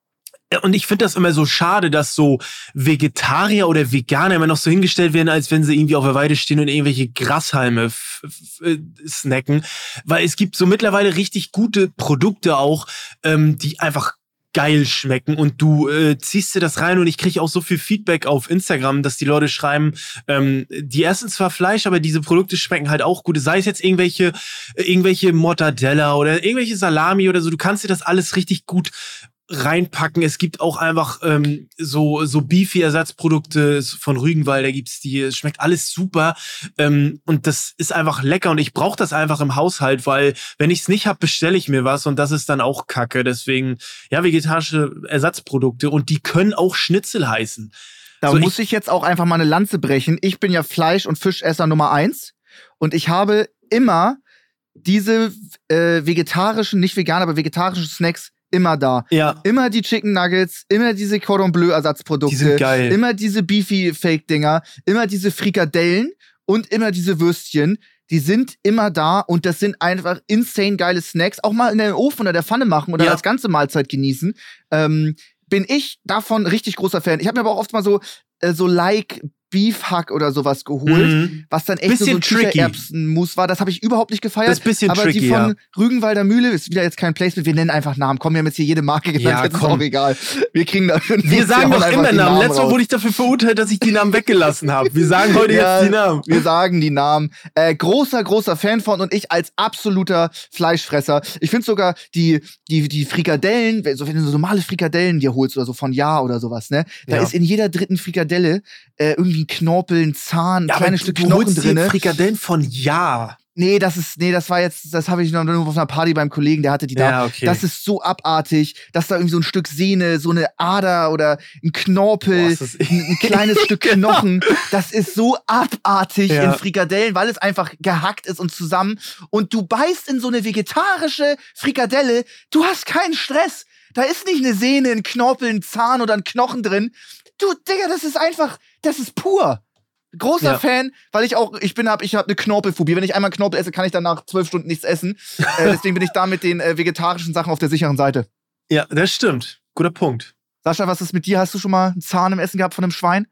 Und ich finde das immer so schade, dass so Vegetarier oder Veganer immer noch so hingestellt werden, als wenn sie irgendwie auf der Weide stehen und irgendwelche Grashalme f- f- äh, snacken. Weil es gibt so mittlerweile richtig gute Produkte auch, ähm, die einfach geil schmecken und du äh, ziehst dir das rein und ich kriege auch so viel Feedback auf Instagram, dass die Leute schreiben, ähm, die essen zwar Fleisch, aber diese Produkte schmecken halt auch gut. Sei es jetzt irgendwelche, irgendwelche Mortadella oder irgendwelche Salami oder so, du kannst dir das alles richtig gut reinpacken. Es gibt auch einfach ähm, so so Beefy-Ersatzprodukte von Rügenwald, da gibt's die, es schmeckt alles super ähm, und das ist einfach lecker und ich brauche das einfach im Haushalt, weil wenn ich's nicht hab, bestelle ich mir was und das ist dann auch Kacke. Deswegen, ja, vegetarische Ersatzprodukte und die können auch Schnitzel heißen. Da So, muss ich- ich jetzt auch einfach mal eine Lanze brechen. Ich bin ja Fleisch- und Fischesser Nummer eins und ich habe immer diese äh, vegetarischen, nicht vegan, aber vegetarischen Snacks immer da. Ja, Immer die Chicken Nuggets, immer diese Cordon Bleu Ersatzprodukte, die sind geil. immer diese Beefy Fake Dinger, immer diese Frikadellen und immer diese Würstchen. Die sind immer da und das sind einfach insane geile Snacks. Auch mal in den Ofen oder der Pfanne machen oder Ja. als ganze Mahlzeit genießen. Ähm, bin ich davon richtig großer Fan. Ich habe mir aber auch oft mal so äh, so like Beefhack oder sowas geholt, Mhm. was dann echt nur so Bisschen ein tricky. Kichererbsenmus war. Das habe ich überhaupt nicht gefeiert. Das ist bisschen aber tricky, die von ja. Rügenwalder Mühle ist wieder jetzt kein Placement. Wir nennen einfach Namen. Komm, wir haben jetzt hier jede Marke genannt. Ja, jetzt ist komm. auch egal. Wir kriegen da Wir sagen doch immer Namen. Letztes Mal wurde ich dafür verurteilt, dass ich die Namen weggelassen habe. Wir sagen heute Ja, jetzt die Namen. Wir sagen die Namen. Äh, großer, großer Fan von und ich als absoluter Fleischfresser. Ich finde sogar die, die, die Frikadellen, so, wenn du so normale Frikadellen dir holst oder so von Ja oder sowas, ne? Da Ja. ist in jeder dritten Frikadelle äh, irgendwie ein Knorpel, ein Zahn, ein Ja, kleines aber Stück du Knochen holst dir drinne. Frikadellen von Ja. Nee, das ist, nee, das war jetzt, das habe ich noch nur auf einer Party beim Kollegen, der hatte die da. Ja, okay. Das ist so abartig, dass da irgendwie so ein Stück Sehne, so eine Ader oder ein Knorpel, Boah, ist das- ein, ein kleines Stück Knochen. Das ist so abartig Ja. in Frikadellen, weil es einfach gehackt ist und zusammen. Und du beißt in so eine vegetarische Frikadelle, du hast keinen Stress. Da ist nicht eine Sehne, ein Knorpel, ein Zahn oder ein Knochen drin. Du, Digga, das ist einfach, das ist pur. Großer Ja. Fan, weil ich auch, ich bin hab, ich habe eine Knorpelphobie. Wenn ich einmal Knorpel esse, kann ich danach zwölf Stunden nichts essen. äh, deswegen bin ich da mit den äh, vegetarischen Sachen auf der sicheren Seite. Ja, das stimmt. Guter Punkt. Sascha, was ist mit dir? Hast du schon mal einen Zahn im Essen gehabt von einem Schwein?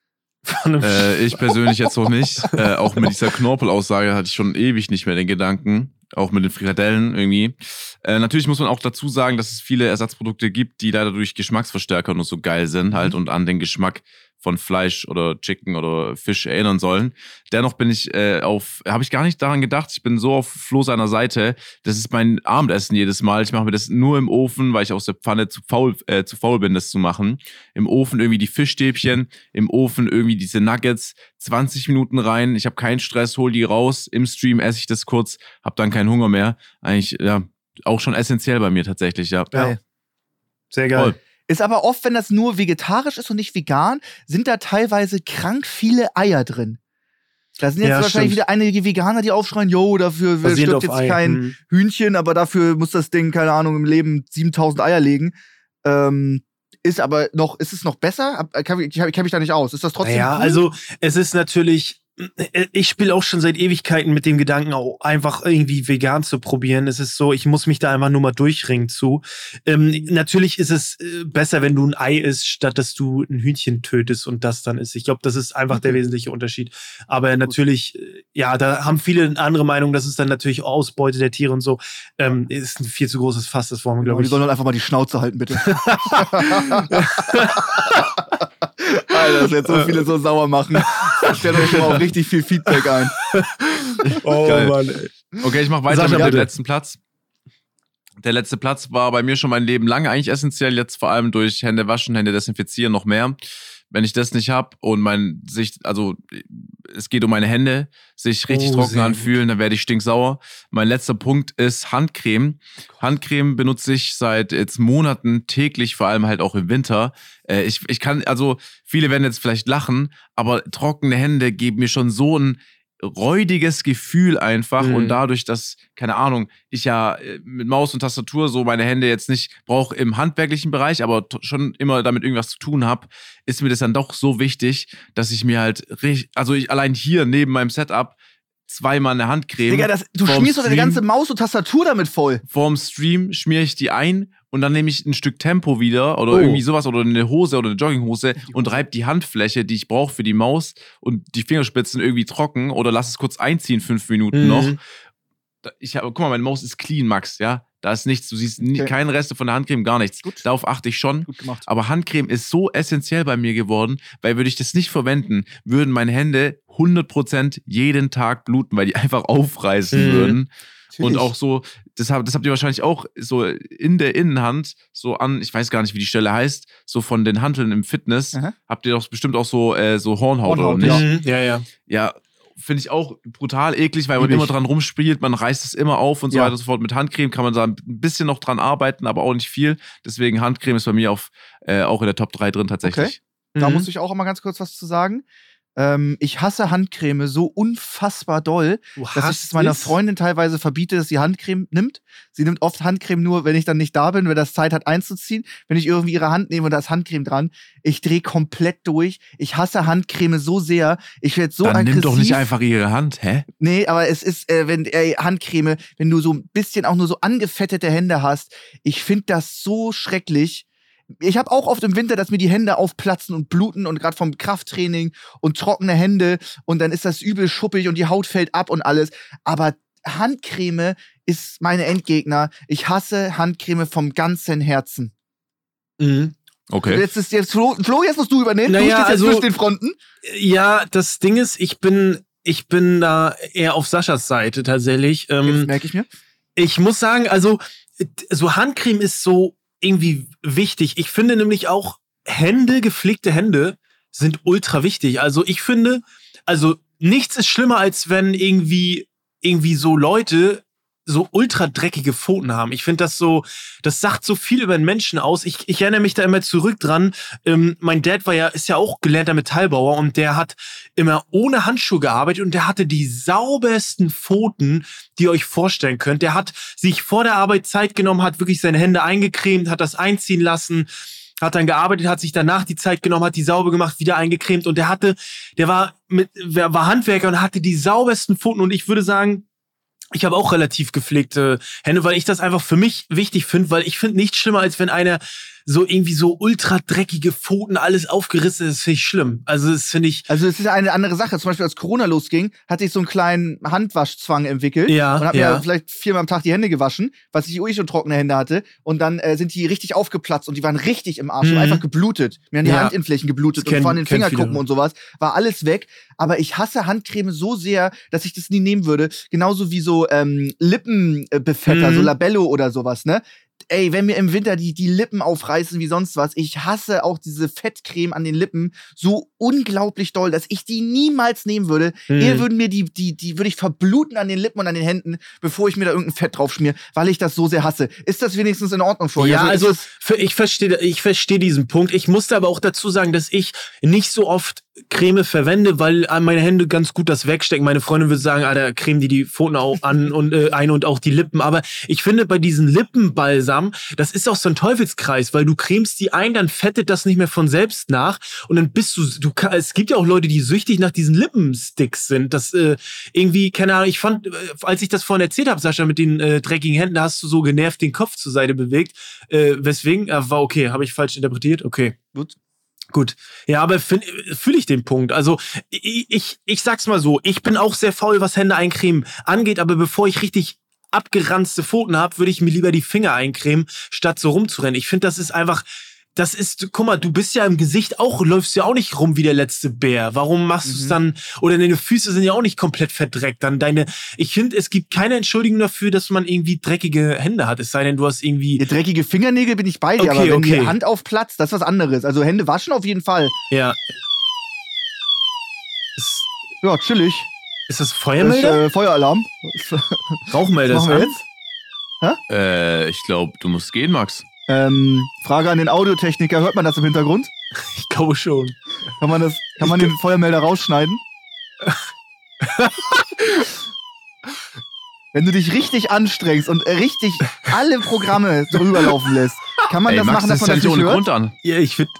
Von einem Äh, ich persönlich jetzt noch nicht. Äh, auch mit dieser Knorpelaussage hatte ich schon ewig nicht mehr den Gedanken. Auch mit den Frikadellen irgendwie. Äh, natürlich muss man auch dazu sagen, dass es viele Ersatzprodukte gibt, die leider durch Geschmacksverstärker nur so geil sind halt und an den Geschmack von Fleisch oder Chicken oder Fisch erinnern sollen. Dennoch bin ich äh, auf, habe ich gar nicht daran gedacht, ich bin so auf Flo seiner Seite. Das ist mein Abendessen jedes Mal. Ich mache mir das nur im Ofen, weil ich aus der Pfanne zu faul, äh, zu faul bin, das zu machen. Im Ofen irgendwie die Fischstäbchen, im Ofen irgendwie diese Nuggets, zwanzig Minuten rein. Ich habe keinen Stress, hol die raus. Im Stream esse ich das kurz, hab dann keinen Hunger mehr. Eigentlich, ja, auch schon essentiell bei mir tatsächlich, ja. Geil. Sehr geil. Voll. Ist aber oft, wenn das nur vegetarisch ist und nicht vegan, sind da teilweise krank viele Eier drin. Da sind jetzt Ja, wahrscheinlich stimmt. wieder einige Veganer, die aufschreien, yo, dafür Basierend stirbt auf jetzt Ei. kein Mhm. Hühnchen, aber dafür muss das Ding, keine Ahnung, im Leben siebentausend Eier legen. Ähm, ist aber noch, ist es noch besser? Hab- Kann ich, ich kenn mich da nicht aus. Ist das trotzdem Ja, cool? also es ist natürlich, ich spiele auch schon seit Ewigkeiten mit dem Gedanken, auch einfach irgendwie vegan zu probieren. Es ist so, ich muss mich da einfach nur mal durchringen zu. Ähm, natürlich ist es äh, besser, wenn du ein Ei isst, statt dass du ein Hühnchen tötest und das dann isst. Ich glaube, das ist einfach der wesentliche Unterschied. Aber natürlich, äh, ja, da haben viele eine andere Meinung. Das ist dann natürlich Ausbeute der Tiere und so. Ähm, ist ein viel zu großes Fass, das wollen wir, glaube die ich. sollen doch einfach mal die Schnauze halten, bitte. geil, das wird so viele so sauer machen. Stellt euch schon mal auch richtig viel Feedback ein. Oh Geil. Mann, ey. Okay, ich mach weiter Sascha, mit dem bitte. letzten Platz. Der letzte Platz war bei mir schon mein Leben lang eigentlich essentiell, jetzt vor allem durch Hände waschen, Hände desinfizieren noch mehr. Wenn ich das nicht hab und mein sich, also es geht um meine Hände, sich richtig Oh, trocken sehr anfühlen, dann werde ich stinksauer. Mein letzter Punkt ist Handcreme. Handcreme benutze ich seit jetzt Monaten täglich, vor allem halt auch im Winter. Äh, ich, ich kann, also viele werden jetzt vielleicht lachen, aber trockene Hände geben mir schon so ein räudiges Gefühl einfach Mhm. und dadurch, dass, keine Ahnung, ich ja äh, mit Maus und Tastatur so meine Hände jetzt nicht brauche im handwerklichen Bereich, aber t- schon immer damit irgendwas zu tun habe, ist mir das dann doch so wichtig, dass ich mir halt richtig, also ich allein hier neben meinem Setup zweimal eine Handcreme. Digga, das, du vorm schmierst doch deine Stream- ganze Maus und Tastatur damit voll. Vorm Stream schmiere ich die ein und dann nehme ich ein Stück Tempo wieder oder Oh. irgendwie sowas oder eine Hose oder eine Jogginghose und reibe die Handfläche, die ich brauche für die Maus und die Fingerspitzen irgendwie trocken oder lass es kurz einziehen, fünf Minuten Mhm. noch. Da- Ich hab, guck mal, meine Maus ist clean, Max, ja. Da ist nichts, du siehst nie, Okay. keine Reste von der Handcreme, gar nichts. Gut. Darauf achte ich schon. Gut gemacht. Aber Handcreme ist so essentiell bei mir geworden, weil würde ich das nicht verwenden, würden meine Hände hundert Prozent jeden Tag bluten, weil die einfach aufreißen Mhm. würden. Und Natürlich. auch so, das, hab, das habt ihr wahrscheinlich auch so in der Innenhand, so an, ich weiß gar nicht, wie die Stelle heißt, so von den Hanteln im Fitness, Aha. habt ihr doch bestimmt auch so, äh, so Hornhaut, Hornhaut, oder nicht? Mhm. Ja, ja. Ja, finde ich auch brutal eklig, weil man Lieb ich. immer dran rumspielt, man reißt es immer auf und so Ja. weiter und so fort. Mit Handcreme kann man da ein bisschen noch dran arbeiten, aber auch nicht viel. Deswegen Handcreme ist bei mir auf, äh, auch in der Top drei drin tatsächlich. Da Mhm. muss ich auch mal ganz kurz was zu sagen. Ähm, ich hasse Handcreme so unfassbar doll, Du dass ich hast es meiner es? Freundin teilweise verbiete, dass sie Handcreme nimmt. Sie nimmt oft Handcreme nur, wenn ich dann nicht da bin, wenn das Zeit hat einzuziehen. Wenn ich irgendwie ihre Hand nehme und da ist Handcreme dran, ich drehe komplett durch. Ich hasse Handcreme so sehr. Ich werde so Dann aggressiv. nimm doch nicht einfach ihre Hand, hä? Nee, aber es ist, äh, wenn ey, Handcreme, wenn du so ein bisschen auch nur so angefettete Hände hast, ich finde das so schrecklich. Ich habe auch oft im Winter, dass mir die Hände aufplatzen und bluten und gerade vom Krafttraining und trockene Hände und dann ist das übel schuppig und die Haut fällt ab und alles. Aber Handcreme ist meine Endgegner. Ich hasse Handcreme vom ganzen Herzen. Mhm. Okay. Jetzt ist jetzt Flo, Flo, jetzt musst du übernehmen. Naja, du stehst jetzt also- zwischen den Fronten. Ja, das Ding ist, ich bin, ich bin da eher auf Saschas Seite tatsächlich. Das Ähm, merke ich mir. ich muss sagen, also so Handcreme ist so irgendwie wichtig. Ich finde nämlich auch Hände, gepflegte Hände sind ultra wichtig. Also ich finde, also nichts ist schlimmer, als wenn irgendwie irgendwie so Leute so ultra dreckige Pfoten haben. Ich finde das so, das sagt so viel über den Menschen aus. Ich, ich erinnere mich da immer zurück dran. Ähm, mein Dad war ja, ist ja auch gelernter Metallbauer und der hat immer ohne Handschuhe gearbeitet und der hatte die saubersten Pfoten, die ihr euch vorstellen könnt. Der hat sich vor der Arbeit Zeit genommen, hat wirklich seine Hände eingecremt, hat das einziehen lassen, hat dann gearbeitet, hat sich danach die Zeit genommen, hat die sauber gemacht, wieder eingecremt und der hatte, der war mit, der war Handwerker und hatte die saubersten Pfoten und ich würde sagen, ich habe auch relativ gepflegte Hände, weil ich das einfach für mich wichtig finde, weil ich finde nichts schlimmer, als wenn einer so irgendwie so ultra dreckige Pfoten, alles aufgerissen ist, finde ich schlimm. Also das finde ich, Also es ist ja eine andere Sache. Zum Beispiel als Corona losging, hatte ich so einen kleinen Handwaschzwang entwickelt Ja, und habe ja. mir vielleicht viermal am Tag die Hände gewaschen, was ich eh schon trockene Hände hatte. Und dann äh, sind die richtig aufgeplatzt und die waren richtig im Arsch Mhm. und einfach geblutet. Mir haben die Ja. Handinnenflächen geblutet Das und vor kennen- den kennen Fingerkuppen viele. und sowas. War alles weg. Aber ich hasse Handcreme so sehr, dass ich das nie nehmen würde. Genauso wie so ähm, Lippenbefetter, Mhm. so Labello oder sowas, ne? Ey, wenn mir im Winter die, die Lippen aufreißen wie sonst was, ich hasse auch diese Fettcreme an den Lippen so unglaublich doll, dass ich die niemals nehmen würde. Mhm. Eher würden mir die, die, die würde ich verbluten an den Lippen und an den Händen, bevor ich mir da irgendein Fett drauf schmier, weil ich das so sehr hasse. Ist das wenigstens in Ordnung für euch? ja, also ist das- für, ich verstehe ich verstehe diesen Punkt. Ich musste aber auch dazu sagen, dass ich nicht so oft Creme verwende, weil meine Hände ganz gut das wegstecken. Meine Freundin würde sagen, Alter, creme die die Pfoten auch an und äh, ein und auch die Lippen. Aber ich finde bei diesen Lippenbalsam, das ist auch so ein Teufelskreis, weil du cremst die ein, dann fettet das nicht mehr von selbst nach und dann bist du, du kann- es gibt ja auch Leute, die süchtig nach diesen Lippensticks sind. Das äh, irgendwie, keine Ahnung, ich fand, äh, als ich das vorhin erzählt habe, Sascha, mit den äh, dreckigen Händen, da hast du so genervt den Kopf zur Seite bewegt. Äh, weswegen? Äh, war okay, habe ich falsch interpretiert? Okay. Gut. Gut. Ja, aber fühle ich den Punkt. Also ich, ich, ich sag's mal so, ich bin auch sehr faul, was Hände eincremen angeht, aber bevor ich richtig abgeranzte Pfoten habe, würde ich mir lieber die Finger eincremen, statt so rumzurennen. Ich finde, das ist einfach das ist, guck mal, du bist ja im Gesicht auch, läufst ja auch nicht rum wie der letzte Bär. Warum machst du es dann, oder deine Füße sind ja auch nicht komplett verdreckt. Dann deine, ich finde, es gibt keine Entschuldigung dafür, dass man irgendwie dreckige Hände hat. Es sei denn, du hast irgendwie... Ja, dreckige Fingernägel bin ich bei dir, Okay, aber wenn okay. die Hand auf Platz, das ist was anderes. Also Hände waschen auf jeden Fall. Ja. Ist, Ja, chillig. ist das Das ist, Feuermelder? äh, Feueralarm. Rauchmelder Was ist machen wir an? jetzt? Äh, ich glaube, du musst gehen, Max. Ähm, Frage an den Audiotechniker. Hört man das im Hintergrund? Ich glaube schon. Kann man, das, kann man den Feuermelder rausschneiden? Wenn du dich richtig anstrengst und richtig alle Programme drüber laufen lässt, kann man Ey, das Max, machen, das dass ist man ja das nicht nicht ohne hört? Grund an. Ja, ich finde...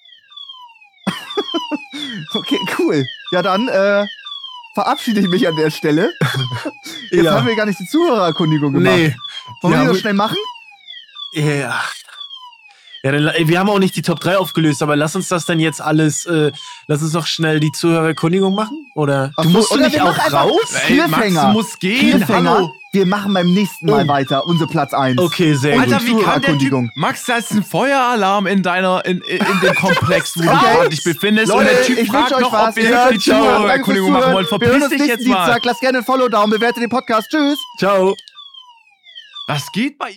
Okay, cool. Ja, dann äh, verabschiede ich mich an der Stelle. Jetzt Ja. haben wir gar nicht die Zuhörererkundigung gemacht. Nee. Wollen wir Ja, die noch wir- schnell machen? Ja. Ja, dann, ey, wir haben auch nicht die Top drei aufgelöst, aber lass uns das dann jetzt alles, äh, lass uns noch schnell die Zuhörerkundigung machen? Oder Ach du so, musst du oder nicht wir auch machen einfach raus? Ey, Max, Cliffhanger. du musst gehen. Cliffhanger. Hallo. Wir machen beim nächsten Mal Oh. weiter unser Platz eins. Okay, sehr Alter, gut. wie kann der Typ- Max, da ist ein Feueralarm in deiner, in, in, in dem Komplex, wo du Okay. gerade dich befindest. Leute, und der Typ ich fragt wünsche euch noch, was. ob wir Ja, die ciao. Danke fürs Zuhörererkundigung machen Zuhören. wollen. Wir hören Verpiss uns dich nächsten jetzt mal. Dienstag. Lasst gerne ein Follow da und bewertet den Podcast. Tschüss. Ciao. Was geht bei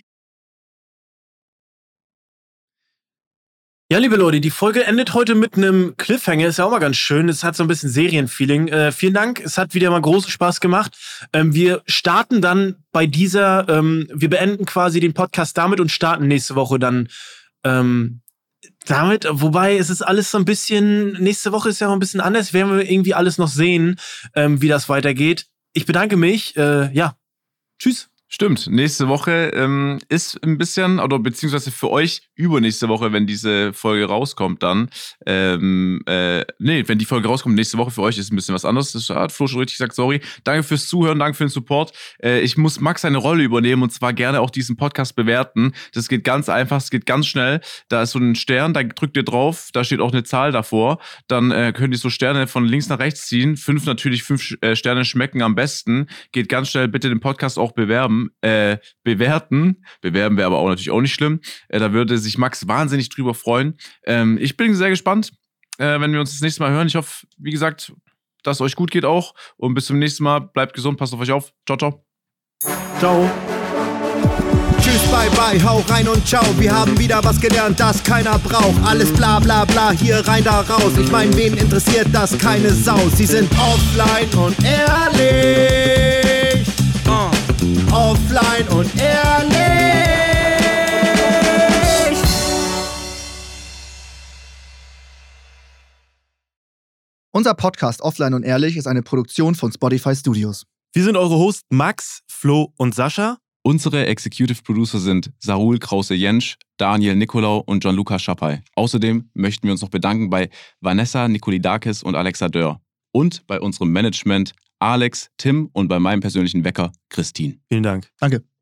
Ja, liebe Leute, die Folge endet heute mit einem Cliffhanger. Ist ja auch mal ganz schön. Es hat so ein bisschen Serienfeeling. Äh, vielen Dank. Es hat wieder mal großen Spaß gemacht. Ähm, wir starten dann bei dieser, ähm, wir beenden quasi den Podcast damit und starten nächste Woche dann ähm, damit. Wobei es ist alles so ein bisschen, nächste Woche ist ja noch ein bisschen anders. Werden wir irgendwie alles noch sehen, ähm, wie das weitergeht. Ich bedanke mich. Äh, ja, tschüss. Stimmt, nächste Woche ähm, ist ein bisschen, oder beziehungsweise für euch übernächste Woche, wenn diese Folge rauskommt dann, ähm, äh, nee, wenn die Folge rauskommt, nächste Woche für euch ist ein bisschen was anderes, das hat Flo schon richtig gesagt, sorry. Danke fürs Zuhören, danke für den Support. Äh, ich muss Max seine Rolle übernehmen und zwar gerne auch diesen Podcast bewerten. Das geht ganz einfach, es geht ganz schnell. Da ist so ein Stern, da drückt ihr drauf, da steht auch eine Zahl davor. Dann äh, könnt ihr so Sterne von links nach rechts ziehen. Fünf natürlich, fünf äh, Sterne schmecken am besten. Geht ganz schnell, bitte den Podcast auch bewerben. Äh, bewerten. Bewerben wäre aber auch natürlich auch nicht schlimm. Äh, da würde sich Max wahnsinnig drüber freuen. Ähm, ich bin sehr gespannt, äh, wenn wir uns das nächste Mal hören. Ich hoffe, wie gesagt, dass es euch gut geht auch. Und bis zum nächsten Mal. Bleibt gesund, passt auf euch auf. Ciao, ciao. Ciao. Tschüss, bye bye, hau rein und ciao. Wir haben wieder was gelernt, das keiner braucht. Alles bla bla bla, hier rein, da raus. Ich mein, wen interessiert das? Keine Sau. Sie sind offline und ehrlich. Uh. Offline und ehrlich. Unser Podcast Offline und Ehrlich ist eine Produktion von Spotify Studios. Wir sind eure Hosts Max, Flo und Sascha. Unsere Executive Producer sind Sarul Krause-Jentsch, Daniel Nikolaou und Gianluca Schappay. Außerdem möchten wir uns noch bedanken bei Vanessa Nikolidakis und Alexa Dörr. Und bei unserem Management Alex, Tim und bei meinem persönlichen Wecker Christine. Vielen Dank. Danke.